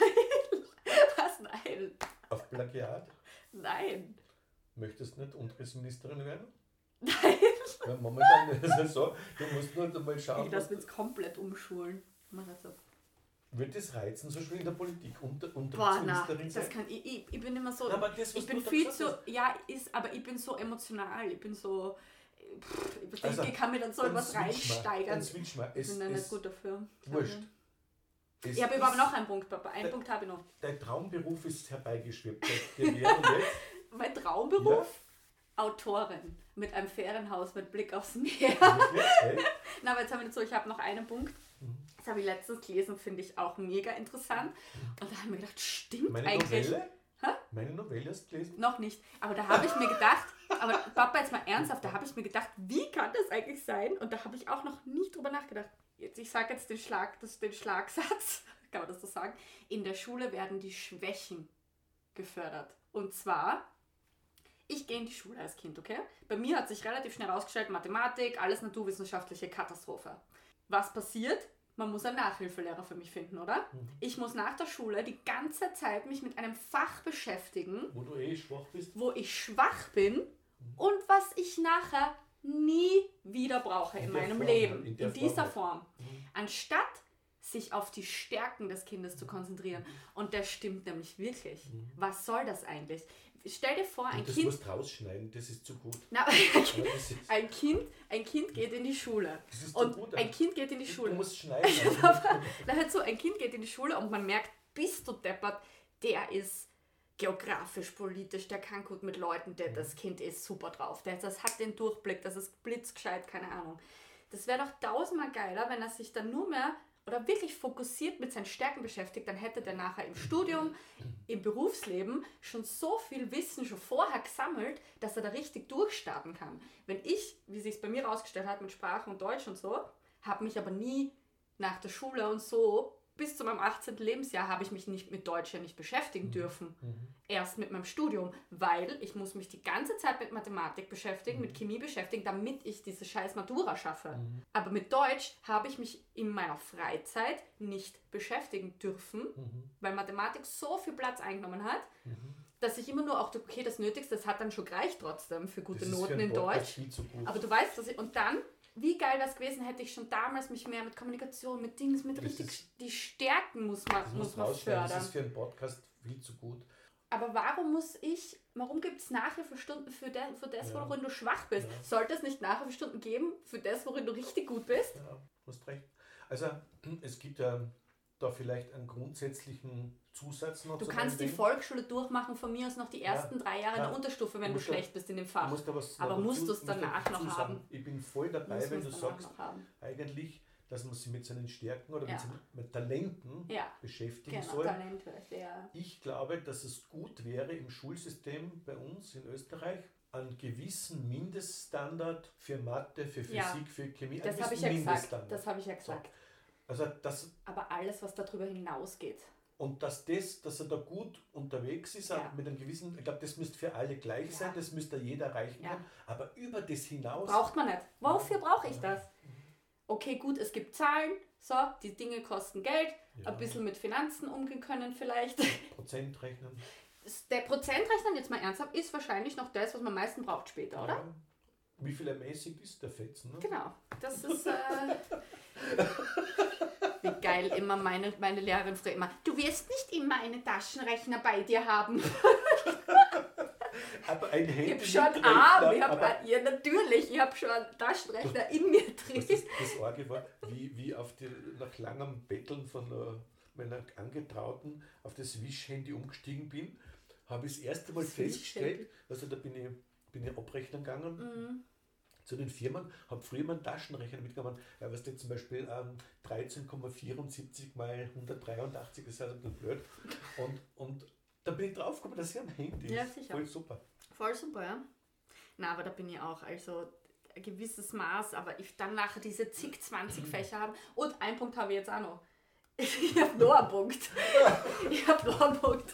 Was? Nein. Auf Plagiat? Nein. Möchtest du nicht Unterrichtsministerin werden? Nein. Weil momentan ist es so, du musst nur mal schauen, Ich lasse mich jetzt komplett umschulen. Mach das so. wird das reizen, so schwer in der Politik Unter, Boah, na, Unterrichtsministerin das sein? kann ich, ich, ich bin immer so, Na, aber das, was ich bin du da viel gesagt zu, hast, ja, ist, aber ich bin so emotional, ich bin so, pff, ich denke, Also, ich kann mir dann so dann etwas switch mal, reinsteigern. Dann switch mal. Ich Es bin da nicht ist gut dafür. wurscht. Es Ich habe ist- aber noch einen Punkt, Papa, einen Der- Punkt habe ich noch. Dein Traumberuf ist herbeigeschwebt. Der der wäre jetzt, Mein Traumberuf? Autorin mit einem Ferienhaus mit Blick aufs Meer. wirklich, hey, Na, aber jetzt haben wir nicht so, ich habe noch einen Punkt. Mhm. Das habe ich letztens gelesen, finde ich auch mega interessant. Und da habe ich mir gedacht, stimmt meine eigentlich. Novelle? Hä? Meine Novelle hast du gelesen? Noch nicht. Aber da habe ich mir gedacht, aber Papa, jetzt mal ernsthaft, da habe ich mir gedacht, wie kann das eigentlich sein? Und da habe ich auch noch nie drüber nachgedacht. Jetzt, ich sage jetzt den, Schlag, das, den Schlagsatz, kann man das so sagen? In der Schule werden die Schwächen gefördert. Und zwar, ich gehe in die Schule als Kind, okay? Bei mir hat sich relativ schnell herausgestellt, Mathematik, alles naturwissenschaftliche Katastrophe. Was passiert? Man muss einen Nachhilfelehrer für mich finden, oder? Mhm. Ich muss nach der Schule die ganze Zeit mich mit einem Fach beschäftigen, Wo du eh schwach bist? wo ich schwach bin und was ich nachher nie wieder brauche in, In der meinem Form, Leben, in in, der dieser Form. Form. Anstatt sich auf die Stärken des Kindes zu konzentrieren. Und das stimmt nämlich wirklich. Was soll das eigentlich? Stell dir vor, ein Und das Kind... musst du rausschneiden, das ist zu gut. Na, Aber das ist, ein, kind, ein Kind geht in die Schule. das ist zu Und gut. ein Kind geht in die Du Schule. musst schneiden. Da hört so, ein Kind geht in die Schule und man merkt, bist du deppert, der ist geografisch, politisch, der kann gut mit Leuten, der, das Kind ist super drauf, der, das hat den Durchblick, das ist blitzgescheit, keine Ahnung. Das wäre doch tausendmal geiler, wenn er sich dann nur mehr oder wirklich fokussiert mit seinen Stärken beschäftigt, dann hätte der nachher im Studium, im Berufsleben schon so viel Wissen schon vorher gesammelt, dass er da richtig durchstarten kann. Wenn ich, wie sich es bei mir rausgestellt hat mit Sprache und Deutsch und so, habe mich aber nie nach der Schule und so, bis zu meinem achtzehnten Lebensjahr habe ich mich nicht mit Deutsch ja nicht beschäftigen dürfen. Erst mit meinem Studium, weil ich muss mich die ganze Zeit mit Mathematik beschäftigen, mit Chemie beschäftigen, damit ich diese scheiß Matura schaffe. Aber mit Deutsch habe ich mich in meiner Freizeit nicht beschäftigen dürfen, weil Mathematik so viel Platz eingenommen hat, dass ich immer nur auch, okay, das Nötigste, das hat dann schon gereicht trotzdem für gute Das ist für Noten einen in Podcast Deutsch. viel zu gut. Aber du weißt, dass ich, und dann, wie geil wäre es gewesen, hätte ich schon damals mich mehr mit Kommunikation, mit Dings, mit Das richtig, ist- die Stärken muss man, das muss musst du man rausschneiden, das fördern. ist für einen Podcast viel zu gut. Aber warum muss ich, warum gibt es Nachhilfestunden für, de, für das, Ja. worin du schwach bist? Ja. Sollte es nicht Nachhilfestunden geben für das, worin du richtig gut bist? Ja, du hast recht. Also es gibt ja da vielleicht einen grundsätzlichen Zusatz noch Du zu kannst die deinem Ding. Volksschule durchmachen, von mir aus noch die ersten Ja. drei Jahre in Ja. der Unterstufe, wenn Du du musst ja- schlecht bist in dem Du Fach. musst da was Aber noch musst dazu- du's danach dazu noch sagen. haben? Ich bin voll dabei, Muss wenn man's du danach sagst, noch haben. eigentlich, dass man sich mit seinen Stärken oder Ja. mit seinen mit Talenten Ja, beschäftigen genau, soll. Talent vielleicht, ja. Ich glaube, dass es gut wäre im Schulsystem bei uns in Österreich einen gewissen Mindeststandard für Mathe, für Ja. Physik, für Chemie, Das einen habe ich gewissen ja gesagt. Mindeststandard. Das habe ich ja gesagt. Also das, Aber alles, was darüber hinausgeht. und dass, das, dass er da gut unterwegs ist, Ja. auch mit einem gewissen, ich glaube, das müsste für alle gleich Ja. sein, das müsste jeder erreichen Ja. können, aber über das hinaus, Braucht man nicht. Wofür brauche ich das? Okay, gut, es gibt Zahlen, so, die Dinge kosten Geld, Ja. ein bisschen mit Finanzen umgehen können vielleicht. Prozent rechnen. Der Prozentrechner, jetzt mal ernsthaft, ist wahrscheinlich noch das, was man am meisten braucht später, oder? Ja. Wie viel ermäßigt ist der Fetzen? Ne? Genau, das ist... Äh, wie geil immer meine, meine Lehrerin früher immer, du wirst nicht immer einen Taschenrechner bei dir haben. Aber ein Ich Handy. habe schon mit Arm, Rechner, ich hab, aber ja natürlich, ich habe schon einen Taschenrechner in mir drin. was das, das Orge war, wie, wie auf die, nach langem Betteln von äh, meiner Angetrauten auf das Wish-Handy umgestiegen bin, habe ich das erste Mal Das festgestellt, also da bin ich, bin ich abrechnen gegangen Mhm. zu den Firmen, habe früher mal einen Taschenrechner mitgenommen, ja, was du zum Beispiel ähm, dreizehn Komma vierundsiebzig mal hundertdreiundachtzig, das ist also ein bisschen blöd. Und, und da bin ich draufgekommen, dass ich am Handy Ja, ist. sicher. Voll super. Voll super, ja. Na, aber da bin ich auch, also ein gewisses Maß, aber ich dann nachher diese zig, zwanzig Fächer haben. Und einen Punkt habe ich jetzt auch noch. Ich habe noch einen Punkt. Ich habe noch einen Punkt.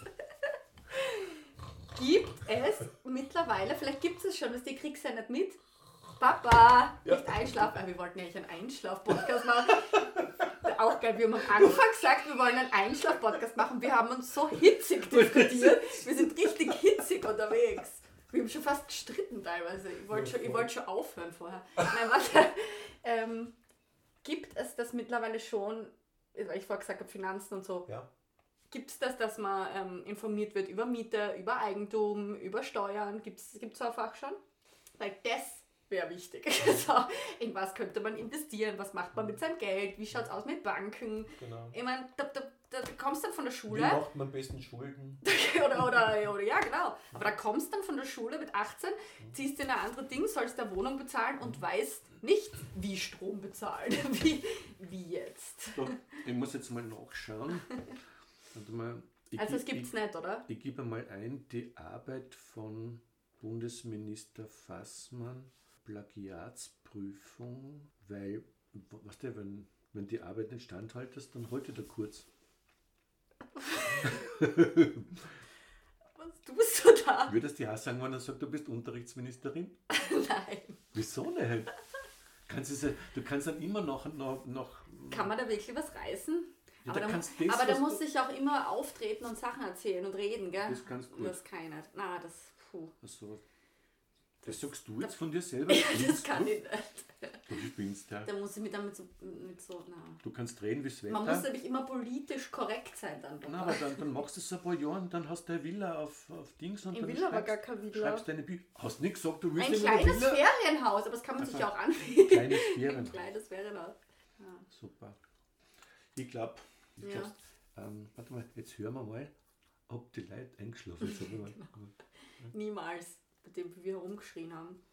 Gibt es mittlerweile, vielleicht gibt es schon, was die kriegst du ja nicht mit. Papa, Ja. nicht einschlafen. Aber wir wollten ja eigentlich einen Einschlaf-Podcast machen. Auch geil, wir haben am Anfang gesagt, wir wollen einen Einschlaf-Podcast machen. Wir haben uns so hitzig diskutiert. Wir sind richtig hitzig unterwegs. Wir haben schon fast gestritten teilweise. Ich wollte Ja, schon, ich voll. wollte schon aufhören vorher. Nein, warte. Ähm, gibt es das mittlerweile schon, weil ich vorher gesagt habe, Finanzen und so, Ja. gibt es das, dass man ähm, informiert wird über Miete, über Eigentum, über Steuern? Gibt es so ein Fach schon? Weil das wäre wichtig. So, in was könnte man investieren? Was macht man mit seinem Geld? Wie schaut es aus mit Banken? Genau. Ich meine, da, da, da kommst du dann von der Wie Schule. macht man am besten Schulden? oder, oder, oder ja, genau. Aber da kommst du dann von der Schule mit achtzehn, ziehst in ein anderes Ding, sollst eine Wohnung bezahlen und weißt nicht, wie Strom bezahlen. wie, wie jetzt. So, ich muss jetzt mal nachschauen. Warte mal. Ich Also es geb- gibt es nicht, oder? Ich, ich gebe mal ein, die Arbeit von Bundesminister Fassmann, Plagiatsprüfung, weil, was der, wenn, wenn die Arbeit nicht standhaltest, dann holt ihr da kurz. Was tust du da? Würdest du ja sagen, wenn er sagt, du bist Unterrichtsministerin? Nein. Wieso nicht? Kannst du, se- du kannst dann immer noch, noch, noch Kann man da wirklich was reißen? Ja, aber da da, kannst das, aber da was muss du- ich auch immer auftreten und Sachen erzählen und reden, gell? Das kannst du. Das kann ich nicht. Na, das, puh. Achso. Das sagst du jetzt von dir selber? das Spinnst kann du? ich nicht. Du spinnst, ja. Da muss ich mich dann mit so, mit so na. Du kannst reden wie das Wetter. Man muss nämlich immer politisch korrekt sein dann. Na, aber dann, dann machst du es ein paar Jahre und dann hast du eine Villa auf, auf Dings und Ich dann will aber schreibst, gar keine Villa. schreibst deine Bücher. Hast nicht gesagt, du willst Ein immer eine kleines Villa? Ferienhaus, aber das kann man sich Also, auch anbieten. Kleines Ein Ferienhaus. kleines Ferienhaus. Ja. Super. Ich glaube, ich Ja. glaub's, ähm, warte mal, jetzt hören wir mal, ob die Leute eingeschlafen sind. Genau. Niemals, bei dem wie wir herumgeschrien haben.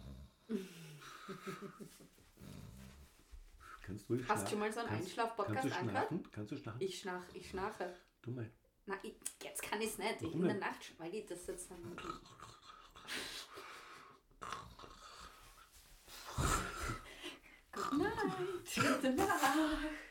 Kannst du Hast du schon mal so einen kannst, Einschlaf-Podcast kannst du angehört? schnarchen? Kannst du schnarchen? Ich schnarch, ich schnarche. Du mal. Na, ich, jetzt kann ich es nicht. Ich Warum in der nicht? Nacht, sch- weil ich das jetzt dann. Gute Nacht. Gute Nacht.